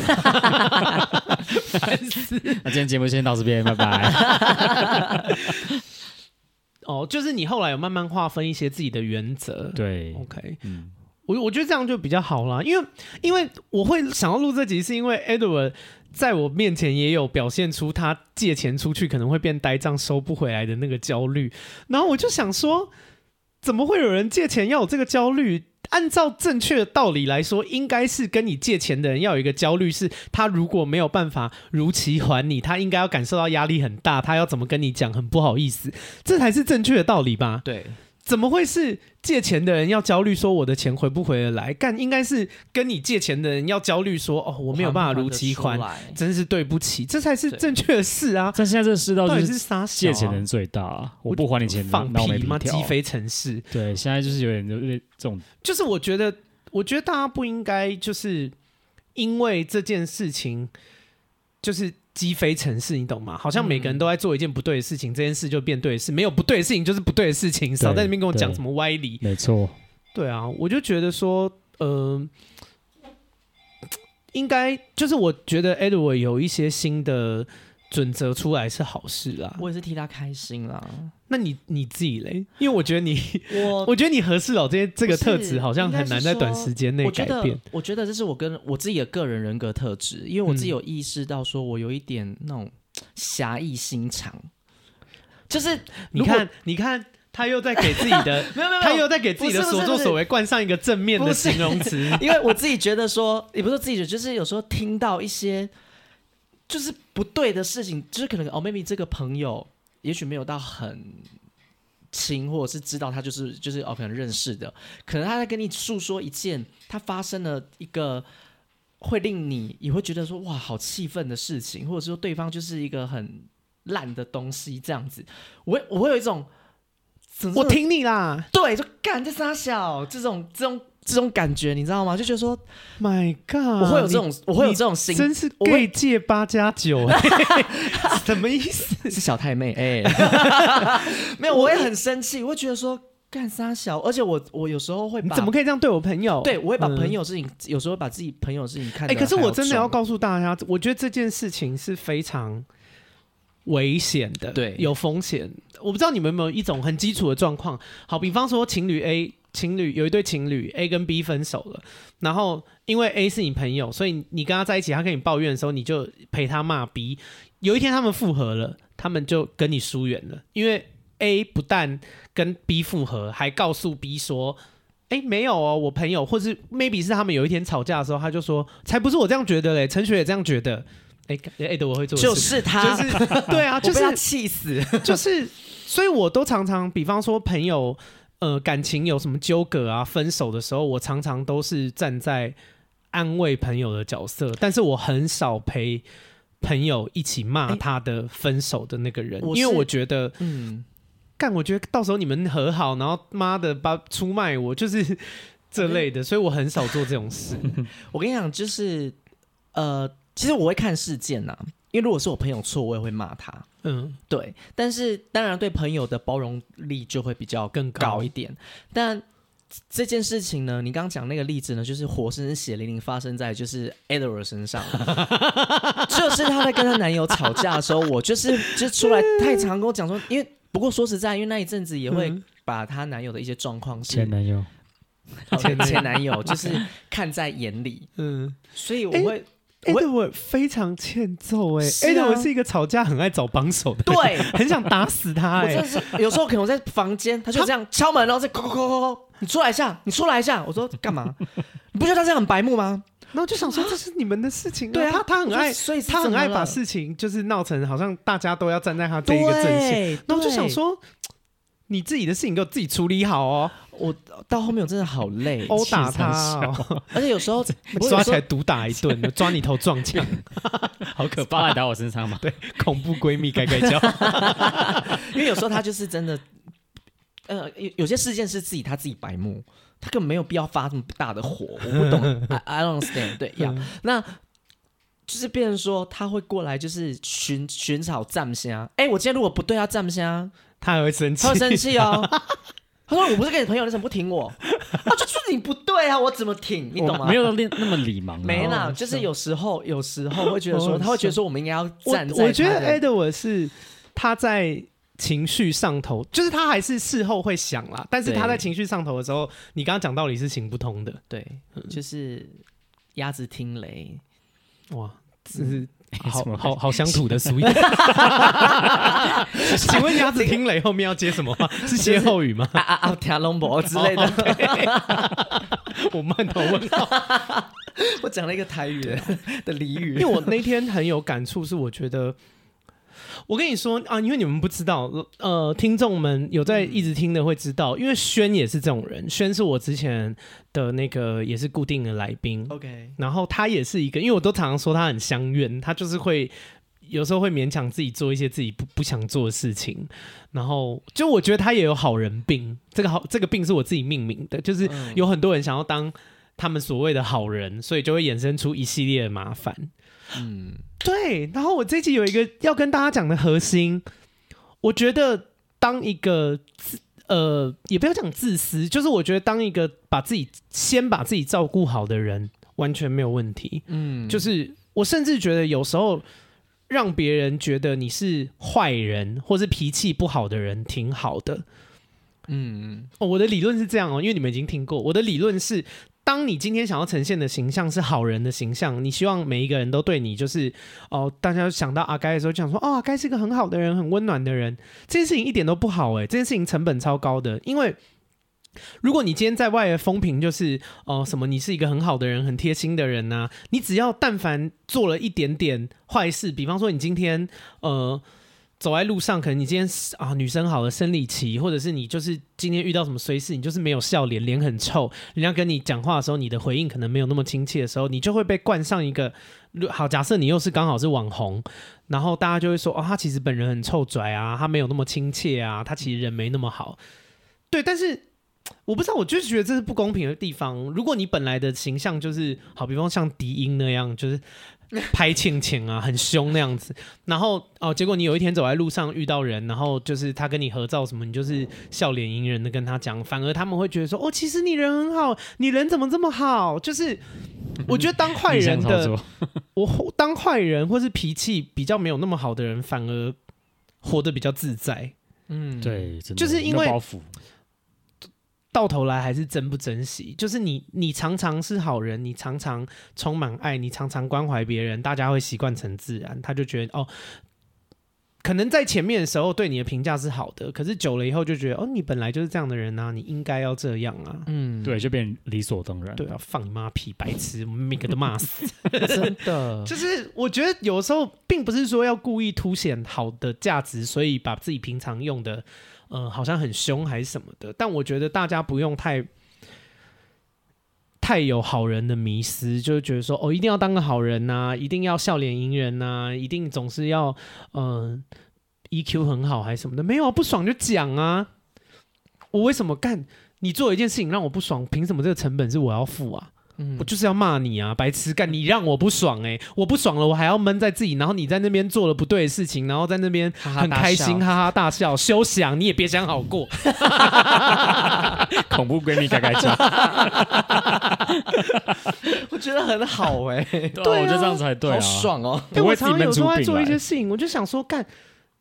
今天节目先到这边，拜拜。 就是你后来有慢慢划分一些自己的原则， 对 ，OK，我觉得这样就比较好啦，因为我会想要录这集，是因为 Edward 在我面前也有表现出他借钱出去可能会变呆账收不回来的那个焦虑，然后我就想说，怎么会有人借钱要有这个焦虑？按照正确的道理来说，应该是跟你借钱的人要有一个焦虑，是他如果没有办法如期还你，他应该要感受到压力很大，他要怎么跟你讲很不好意思，这才是正确的道理吧？ 对， 怎么会是借钱的人要焦虑说我的钱回不回得来？应该是跟你借钱的人要焦虑说我没有办法如期还，真是对不起，这才是正确的事啊！ 但现在这个世道就是借钱的人最大啊！我不还你钱， 放屁吗？鸡飞城市。 对，现在就是有点这种， 就是我觉得大家不应该就是因为这件事情就是鸡飞城市，你懂吗？好像每个人都在做一件不对的事情，这件事就变对的事，没有不对的事情就是不对的事情，少在那边跟我讲什么歪理。 没错， 对啊，我就觉得说，应该就是我觉得 Edward 有一些新的准则出来是好事啦， 我也是替他开心啦。 那你自己嘞？因为我觉得我觉得你和事佬这个特质好像很难在短时间内改变。 我觉得这是我跟我自己的个人人格特质，因为我自己有意识到说我有一点那种侠义心肠，就是你看。他又在给自己的没有，他又在给自己的所作所为冠上一个正面的形容词。 因为我自己觉得说，也不是自己觉得，就是有时候听到一些就是不对的事情，就是可能maybe 这个朋友也许没有到很亲，或者是知道他就是可能认识的，可能他在跟你诉说一件他发生了一个会令你也会觉得说哇好气愤的事情，或者说对方就是一个很烂的东西这样子，我会有一种。 我听你啦， 对，就干这傻小这种感觉，你知道吗？就觉得说 ，My God， 我会有这种心， 真是 gay 界8+9，什么意思？ 是小太妹没有，我也很生气，我会觉得说干傻小，而且我有时候会把你怎么可以这样对我朋友？ 对，我会把朋友事情，有时候把自己朋友事情看得可是我真的要告诉大家，我觉得这件事情是非常危险的， 对， 有风险。我不知道你们有没有一种很基础的状况，好，比方说有一对情侣 A 跟 B 分手了，然后因为 A 是你朋友，所以你跟他在一起，他跟你抱怨的时候，你就陪他骂 B。有一天他们复合了，他们就跟你疏远了，因为 A 不但跟 B 复合，还告诉 B 说没有我朋友，或是 maybe 是他们有一天吵架的时候，他就说才不是我这样觉得嘞，陈雪也这样觉得。我会做的事就是他， 就是对啊，就是我被他气死， 就是，所以我都常常，比方说朋友，感情有什么纠葛啊，分手的时候，我常常都是站在安慰朋友的角色，但是我很少陪朋友一起骂他的分手的那个人，因为我觉得，我觉得到时候你们和好，然后妈的出卖我，就是这类的，所以我很少做这种事。 我跟你讲，就是其实我会看事件呐，因为如果是我朋友错，我也会骂他。对。但是当然对朋友的包容力就会比较更高一点。但这件事情呢，你刚刚讲那个例子呢，就是活生生血淋淋发生在就是 Edward 身上，就是她在跟她男友吵架的时候，我就出来太常跟我讲说，因为不过说实在，因为那一阵子也会把她男友的一些状况是前男友。 前男友就是看在眼里，所以我会。 Edward 非常欠揍 ，Edward 是一个吵架很爱找帮手的人， 对， 很想打死他我真的是有时候可能我在房间，他就这样敲门，然后再扣，你出来一下，我说干嘛？你不觉得他这样很白目吗？ 然后就想说这是你们的事情对啊， 他很爱， 所以他很爱把事情就是闹成好像大家都要站在他这一个阵线，然后就想说你自己的事情给我自己处理好哦。 我到后面我真的好累， 殴打他而且有时候抓起来毒打一顿，抓你头撞墙，好可怕！ 来打我身上吗？ 对，恐怖闺蜜该叫。 因为有时候他就是真的，有些事件是他自己白目，他根本没有必要发这么大的火，我不懂，I don't understand。对呀，那就是变成说他会过来就是寻找站虾，我今天如果不对他站虾， 他还会生气， 哦。他说：“我不是跟你朋友，你怎么不挺我？就是你不对啊，我怎么挺？你懂吗？ 没有那么礼貌， 没啦，就是有时候会觉得说，他会觉得说我们应该要站在。 我觉得 Edward 是他在情绪上头，就是他还是事后会想啦，但是他在情绪上头的时候，你刚刚讲道理是行不通的。 对，就是鸭子听雷， 哇，这是。好乡土的俗语。请问鸭子听雷后面要接什么话？是歇后语吗？ 听龙博之类的。 我慢头问号。 我讲了一个台语的俚语， 因为我那天很有感触，是我觉得。我跟你说啊，因为你们不知道，听众们有在一直听的会知道，因为轩也是这种人，轩是我之前的那个也是固定的来宾 ，OK， 然后他也是一个，因为我都常常说他很相怨，他就是会有时候会勉强自己做一些自己不想做的事情，然后就我觉得他也有好人病，这个病是我自己命名的，就是有很多人想要当他们所谓的好人，所以就会衍生出一系列的麻烦。对，然后我这一集有一个要跟大家讲的核心，我觉得当一个也不要讲自私，就是我觉得当一个先把自己照顾好的人，完全没有问题。就是我甚至觉得有时候让别人觉得你是坏人或是脾气不好的人，挺好的。我的理论是这样因为你们已经听过，我的理论是。当你今天想要呈现的形象是好人的形象，你希望每一个人都对你就是大家想到阿该的时候就想说阿该是个很好的人，很温暖的人，这件事情一点都不好这件事情成本超高的，因为如果你今天在外的风评就是什么你是一个很好的人，很贴心的人啊，你只要但凡做了一点点坏事，比方说你今天走在路上，可能你今天女生好了生理期，或者是你就是今天遇到什么衰事，你就是没有笑脸，脸很臭，人家跟你讲话的时候，你的回应可能没有那么亲切的时候，你就会被冠上一个好，假设你又是刚好是网红，然后大家就会说他其实本人很臭拽啊，他没有那么亲切啊，他其实人没那么好。对，但是我不知道，我就是觉得这是不公平的地方。如果你本来的形象就是好，比方像迪英那样，就是拍庆庆啊，很凶那样子，然后结果你有一天走在路上遇到人，然后就是他跟你合照什么，你就是笑脸迎人的跟他讲，反而他们会觉得说其实你人很好，你人怎么这么好？就是我觉得当坏人的，我当坏人或是脾气比较没有那么好的人，反而活得比较自在。 对，真的就是因为包袱。 到头来还是珍不珍惜，就是你常常是好人，你常常充满爱，你常常关怀别人，大家会习惯成自然，他就觉得可能在前面的时候对你的评价是好的，可是久了以后就觉得你本来就是这样的人啊，你应该要这样啊， 对，就变理所当然。 对啊，放你妈屁，白痴，我们每个都骂死， 真的。 就是我觉得有时候并不是说要故意凸显好的价值，所以把自己平常用的。好像很凶还是什么的，但我觉得大家不用太有好人的迷思，就是觉得说一定要当个好人啊，一定要笑脸迎人啊，一定总是要EQ 很好还是什么的，没有不爽就讲啊，我为什么干你做一件事情让我不爽，凭什么这个成本是我要付啊？我就是要骂你啊，白痴干！你让我不爽我不爽了，我还要闷在自己，然后你在那边做了不对的事情，然后在那边很开心，哈哈大笑，休想！你也别想好过。 恐怖闺蜜该讲， 我觉得很好对啊，我觉得这样子才对啊， 好爽哦！ 我常常有时候在做一些事情，我就想说干。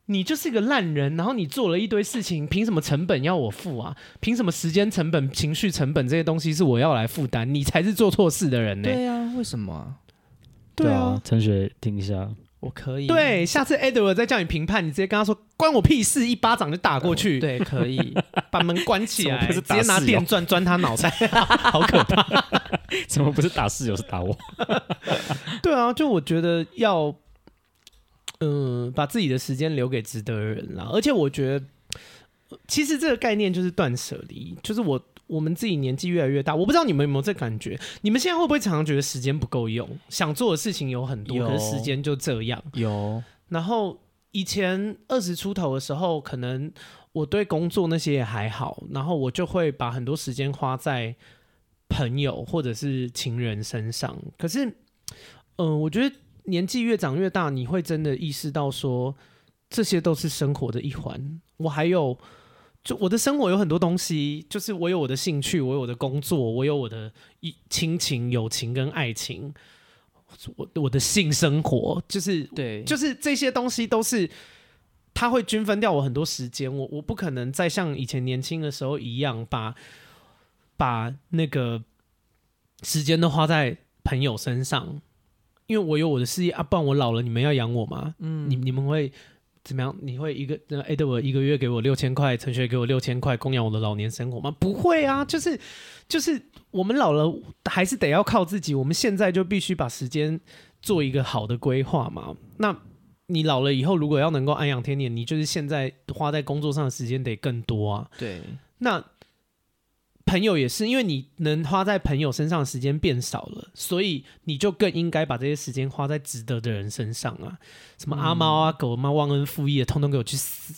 你就是一个烂人，然后你做了一堆事情，凭什么成本要我付啊？凭什么时间成本、情绪成本这些东西是我要来负担？你才是做错事的人呢。 对啊，为什么啊？ 对啊， 陈雪听一下。 我可以。 对，下次 Edward 再叫你评判，你直接跟他说关我屁事，一巴掌就打过去。 对，可以把门关起来， 直接拿电钻他脑袋，好可怕！ 怎么不是打室友是打我？ 对啊，就我觉得要。把自己的时间留给值得的人啦，而且我觉得，其实这个概念就是断舍离，就是我们自己年纪越来越大，我不知道你们有没有这感觉，你们现在会不会常常觉得时间不够用，想做的事情有很多，可是时间就这样。 有。 然后以前20出头的时候，可能我对工作那些也还好，然后我就会把很多时间花在朋友或者是情人身上，可是，我觉得。年纪越长越大，你会真的意识到说，这些都是生活的一环。我还有，就我的生活有很多东西，就是我有我的兴趣，我有我的工作，我有我的亲情、友情跟爱情，我的性生活，就是对， 就是这些东西都是，它会均分掉我很多时间。我不可能再像以前年轻的时候一样，把那个时间都花在朋友身上。因为我有我的事业啊，不然我老了你们要养我吗？你们会怎么样？你会Edward 一个月给我6000块，陈学给我6000块，供养我的老年生活吗？不会啊，就是我们老了还是得要靠自己，我们现在就必须把时间做一个好的规划嘛。那你老了以后，如果要能够安养天年，你就是现在花在工作上的时间得更多啊。 对， 那。朋友也是，因为你能花在朋友身上的时间变少了，所以你就更应该把这些时间花在值得的人身上啊！什么阿猫啊、狗妈忘恩负义的，通通给我去死！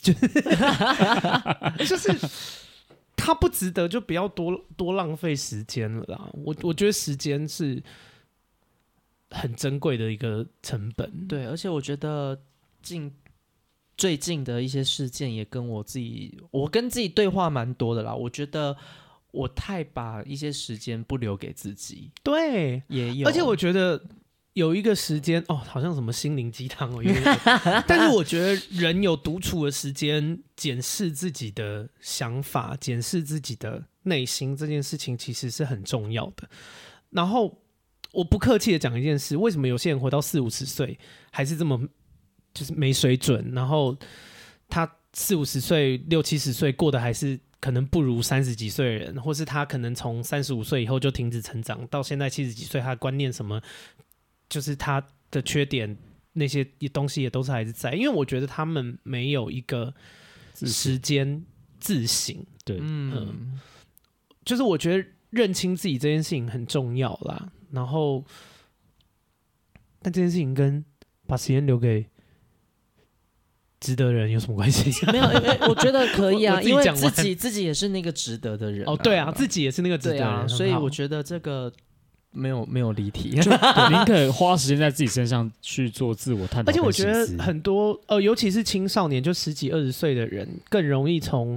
就是他不值得，就不要多浪费时间了啦。我觉得时间是很珍贵的一个成本。 对，而且我觉得最近的一些事件也跟我跟自己对话蛮多的啦。我觉得。我太把一些时间不留给自己， 对， 也有， 而且我觉得有一个时间好像什么心灵鸡汤但是我觉得人有独处的时间，检视自己的想法，检视自己的内心，这件事情其实是很重要的。然后我不客气的讲一件事，为什么有些人活到40-50岁还是这么就是没水准，然后他40-50岁、60-70岁过得还是。可能不如30几岁的人，或是他可能从35岁以后就停止成长，到现在70几岁，他的观念什么，就是他的缺点那些东西也都是还是在，因为我觉得他们没有一个时间自省， 对， 就是我觉得认清自己这件事情很重要啦，然后，但这件事情跟把时间留给。值得的人有什么关系？ 没有，我觉得可以啊，因为自己也是那个值得的人、啊。 对啊，自己也是那个值得的人，啊、 所以我觉得这个没有离题， 宁可花时间在自己身上去做自我探讨。 而且我觉得很多尤其是青少年，就10几20岁的人，更容易从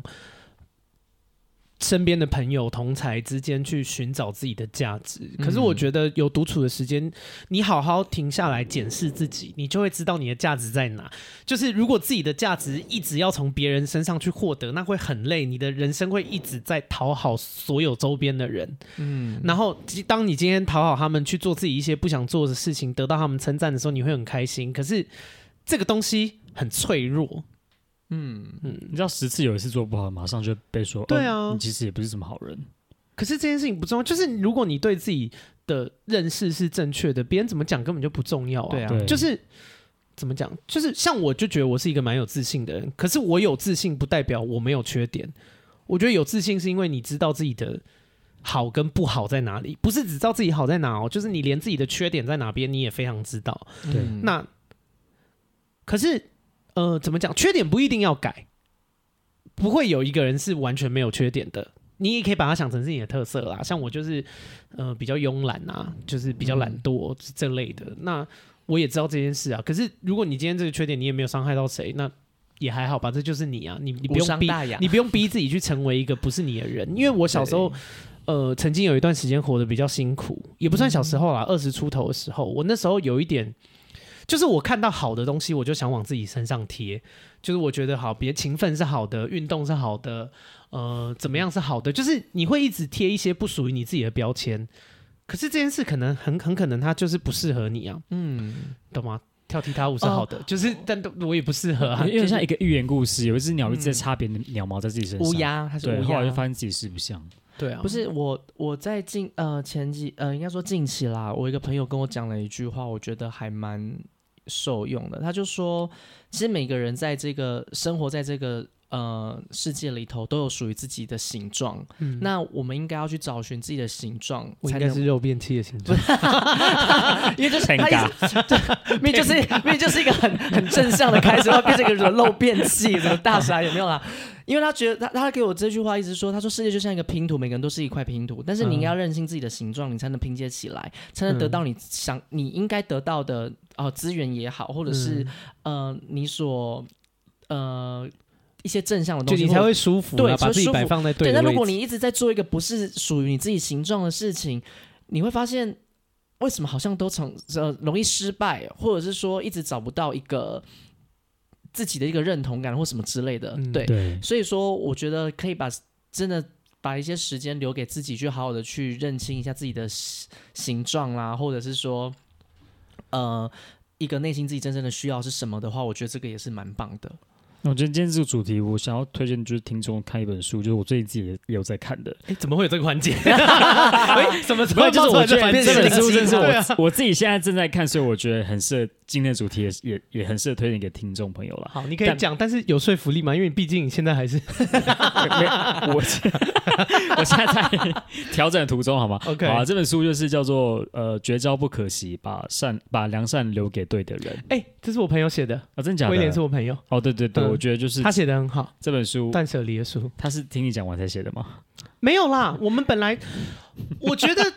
身边的朋友同侪之间去寻找自己的价值。可是我觉得有独处的时间，你好好停下来检视自己，你就会知道你的价值在哪。就是如果自己的价值一直要从别人身上去获得，那会很累，你的人生会一直在讨好所有周边的人。然后当你今天讨好他们去做自己一些不想做的事情，得到他们称赞的时候，你会很开心。可是这个东西很脆弱。 你知道10次有1次做不好，马上就被说， 对啊， 你其实也不是什么好人。 可是这件事情不重要，就是如果你对自己的认识是正确的，别人怎么讲根本就不重要啊。 对啊， 就是怎么讲，就是像我就觉得我是一个蛮有自信的人，可是我有自信不代表我没有缺点。我觉得有自信是因为你知道自己的好跟不好在哪里，不是只知道自己好在哪哦，就是你连自己的缺点在哪边你也非常知道。 对， 那可是。怎么讲？缺点不一定要改，不会有一个人是完全没有缺点的。你也可以把它想成是你的特色啦。像我就是比较慵懒啊，就是比较懒惰这类的。那我也知道这件事啊。可是如果你今天这个缺点你也没有伤害到谁，那也还好吧，这就是你啊。你不用逼，你不用逼自己去成为一个不是你的人。因为我小时候曾经有一段时间活得比较辛苦，也不算小时候啦，20出头的时候，我那时候有一点。 就是我看到好的东西，我就想往自己身上贴。就是我觉得好，别勤奋是好的，运动是好的，怎么样是好的，就是你会一直贴一些不属于你自己的标签。可是这件事可能很可能它就是不适合你啊，懂吗？跳踢踏舞是好的，就是但我也不适合啊。 因为像一个寓言故事，有一只鸟一直在擦别的鸟毛在自己身上， 乌鸦，它是乌鸦， 对，后来就发现自己是不像。 对啊， 不是我在应该说近期啦，我一个朋友跟我讲了一句话，我觉得还蛮受用的。他就说，其实每个人在这个生活在这个世界里头都有属于自己的形状，那我们应该要去找寻自己的形状。 我应该是肉便器的形状， 因为就是明明就是一个很正向的开始，然后变成一个人肉便器，什么大傻有没有啦？因为他觉得他给我这句话，一直说，他说世界就像一个拼图，每个人都是一块拼图，但是你应该要认清自己的形状，你才能拼接起来，才能得到你应该得到的资源也好，或者是你所一些正向的东西， 就你才会舒服， 对， 把自己摆放在对的位置。 对，那如果你一直在做一个不是属于你自己形状的事情，你会发现为什么好像都容易失败，或者是说一直找不到一个自己的一个认同感或什么之类的。对，所以说我觉得可以真的把一些时间留给自己，去好好的去认清一下自己的形状啦，或者是说一个内心自己真正的需要是什么的话，我觉得这个也是蛮棒的。 我觉得今天这个主题，我想要推荐就是听众看一本书，就是我最近自己也有在看的。 怎么会有这个环节？什么时候就是我觉得这本书真是我自己现在正在看，所以我觉得很适合今天的主题也很适合推荐给听众朋友了。 好，你可以讲，但是有说服力吗？因为毕竟你现在还是我现在在调整途中，好吗 ？OK， 好，这本书就是叫做绝招不可惜，把良善留给对的人。 这是我朋友写的啊，真假的？ 威廉是我朋友。 哦，对对对，我觉得就是他写的很好。 这本书断舍离的书， 他是听你讲完才写的吗？ 没有啦，我们本来我觉得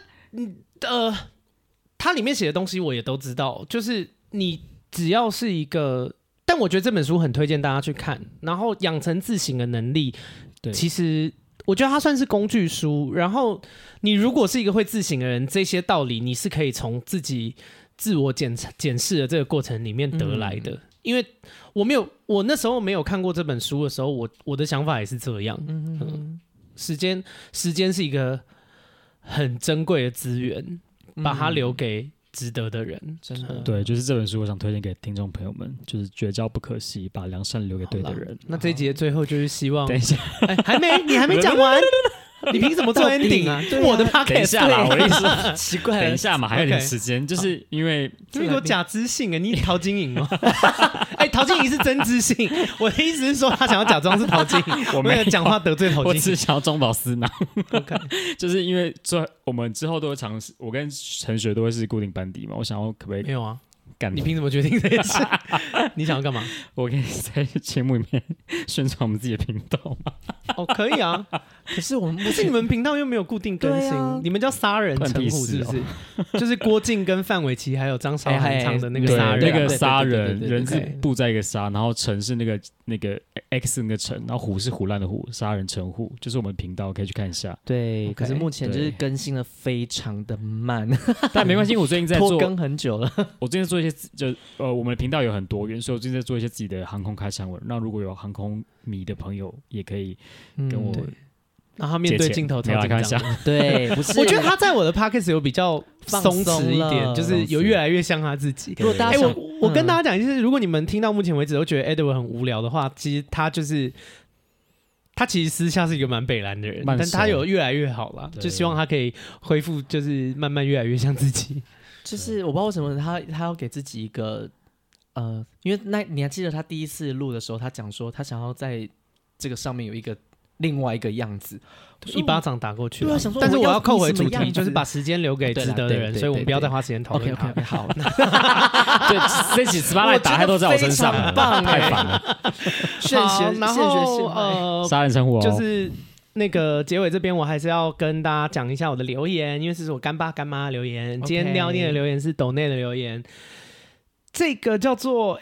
他里面写的东西我也都知道，就是你只要是一个，但我觉得这本书很推荐大家去看，然后养成自省的能力。对，其实我觉得它算是工具书，然后你如果是一个会自省的人，这些道理你是可以从自己自我检视的这个过程里面得来的。因为我那时候没有看过这本书的时候，我的想法也是这样。时间是一个很珍贵的资源，把它留给值得的人。真的， 对，就是这本书，我想推荐给听众朋友们，就是绝招不可惜，把良善留给对的人。 那这一集的最后就是希望， 等一下， 你还没讲完。你凭什么做 ending 啊？我的 podcast 等一下啦，我的意思奇怪了， 等一下嘛，还有点时间，就是因为这个有假知性啊，你陶晶莹哦。陶晶莹是真知性，我的意思是说他想要假装是陶晶莹，我没有讲话得罪陶晶莹， 我只是想要中饱私囊。 OK， 就是因为我们之后都会尝试，我跟陈学都会是固定班底嘛，我想要可不可以？ 没有啊。你凭什么决定这件事？你想要干嘛？ 我可以在节目里面宣传我们自己的频道吗？ 可以啊。可是你们频道又没有固定更新，你们叫杀人称呼是不是？就是郭靖跟范玮琪还有张韶涵唱的那个杀人， 那个杀人，人是布在一个杀，然后陈是那个 X 那个陈，然后虎是虎烂的虎，杀人称呼，就是我们频道可以去看一下。 对，可是目前就是更新的非常的慢， 但没关系，我最近在做拖更很久了。 我最近做一些我们的频道有很多元，所以我最近在做一些自己的航空开箱文。那如果有航空迷的朋友，也可以跟我。 然后他面对镜头超紧张， 对，不是。 我觉得他在我的 podcast 有比较松弛一点，就是有越来越像他自己。我跟大家讲，就是如果你们听到目前为止都觉得 Edward 很无聊的话，其实他其实私下是一个蛮北蓝的人，但他有越来越好啦，就希望他可以恢复，就是慢慢越来越像自己。 就是我不知道为什么他要给自己一个因为你还记得他第一次录的时候，他讲说他想要在这个上面有一个。另外一个样子， 一巴掌打过去。 对啊， 但是我要扣回主题，就是把时间留给值得的人，所以我们不要再花时间讨论它。 OK， 好。 对，这起18赖打太都在我身上了，太烦了。 然后杀人称呼就是那个结尾这边，我还是要跟大家讲一下我的留言，因为这是我干爸干妈的留言。今天要念的留言是抖内的留言，这个叫做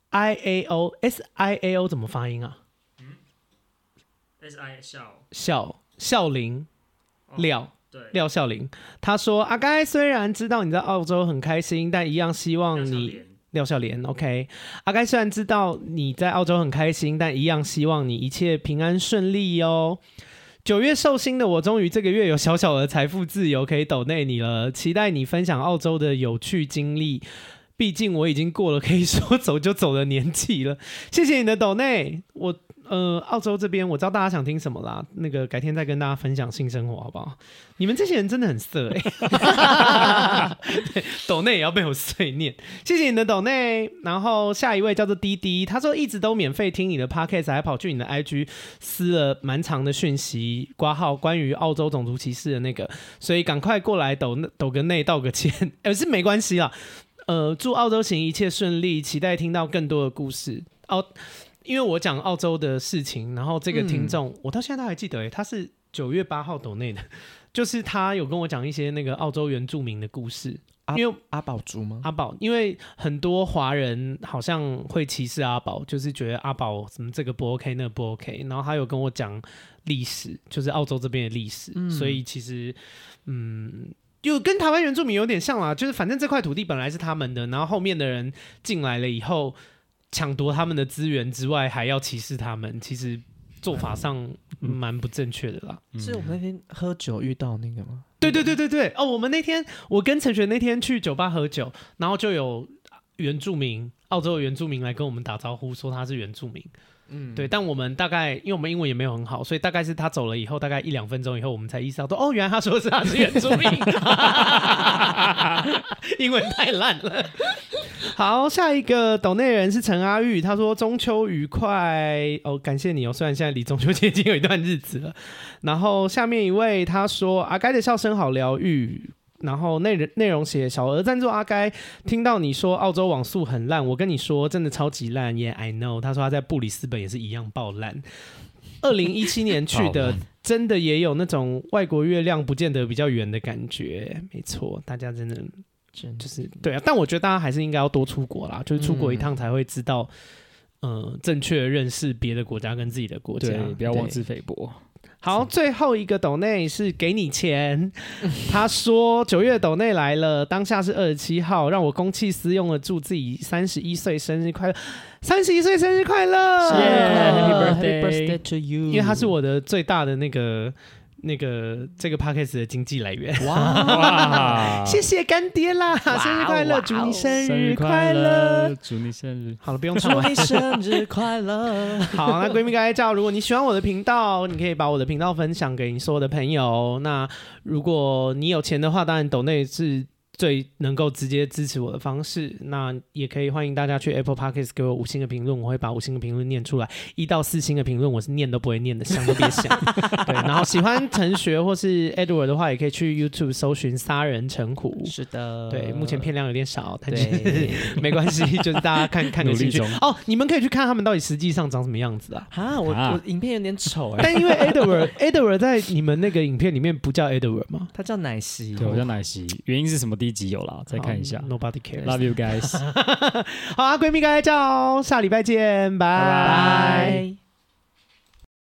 SIAO 怎么发音啊？笑林廖笑林，他说：“阿该虽然知道你在澳洲很开心，但一样希望你廖笑莲 OK， 阿该虽然知道你在澳洲很开心，但一样希望你一切平安顺利哦。9月寿星的我，终于这个月有小小的财富自由可以抖内你了，期待你分享澳洲的有趣经历。毕竟我已经过了可以说走就走的年纪了。谢谢你的抖内，我澳洲这边我知道大家想听什么啦，那个改天再跟大家分享性生活好不好？你们这些人真的很色抖内也要被我碎念。谢谢你的抖内。然后下一位叫做滴滴，他说一直都免费听你的 podcast， 还跑去你的 IG 撕了蛮长的讯息括号关于澳洲种族歧视的那个，所以赶快过来抖个内道个歉，是没关系啦。祝澳洲行一切顺利，期待听到更多的故事。因为我讲澳洲的事情，然后这个听众、我到现在都还记得，他是9月8号抖内的，就是他有跟我讲一些那个澳洲原住民的故事。因为阿宝族吗？ 阿宝，因为很多华人好像会歧视阿宝，就是觉得阿宝什么这个不 OK 那个不 OK， 然后他有跟我讲历史，就是澳洲这边的历史，所以其实就跟台湾原住民有点像啦，就是反正这块土地本来是他们的，然后后面的人进来了以后，抢夺他们的资源之外，还要歧视他们，其实做法上蛮不正确的啦。 是我们那天喝酒遇到那个吗？ 对哦，我们那天我跟陈璇那天去酒吧喝酒，然后就有原住民，澳洲的原住民来跟我们打招呼，说他是原住民。对，但我们大概因为我们英文也没有很好，所以大概是他走了以后，大概1-2分钟以后，我们才意识到说，哦，原来他说他是原住民，英文太烂了。好，下一个抖内人是陈阿玉，他说中秋愉快哦，感谢你哦，虽然现在离中秋节已经有一段日子了。然后下面一位他说阿该的笑声好疗愈。然后内容写小额赞助阿该，听到你说澳洲网速很烂，我跟你说真的超级烂耶 I know。他说他在布里斯本也是一样爆烂。2017年去的，真的也有那种外国月亮不见得比较圆的感觉，没错，大家真的就是对啊。但我觉得大家还是应该要多出国啦，就是出国一趟才会知道，正确的认识别的国家跟自己的国家， 对，不要妄自菲薄。 好，最后一个抖内是给你钱。他说9月抖内来了，当下是27号，让我公器私用了，祝自己31岁生日快乐！31岁生日快乐 ！Happy birthday to you！ 因为他是我的最大的那个这个 podcast 的经济来源。 哇！ 谢谢干爹啦！生日快乐，祝你生日快乐， 祝你生日好了，不用唱了。 祝你生日快乐！ 好，那闺蜜该叫，如果你喜欢我的频道，你可以把我的频道分享给你所有的朋友。那如果你有钱的话，当然抖内是最能够直接支持我的方式。那也可以欢迎大家去 Apple Podcast 给我5星的评论，我会把5星的评论念出来。1到4星的评论我是念都不会念的，想都别想。对，然后喜欢陈学或是 Edward 的话，也可以去 YouTube 搜寻杀人陈虎。 是的， 对，目前片量有点少，但是没关系，就是大家看个兴趣哦。你们可以去看他们到底实际上长什么样子啊？ 我影片有点丑但因为 Edward 在你们那个影片里面不叫 Edward 吗？ 他叫奶昔， 对，我叫奶昔，原因是什么？第一集有啦，再看一下。 Nobody cares。 Love you guys。 好啊，闺蜜该叫，下礼拜见，拜拜。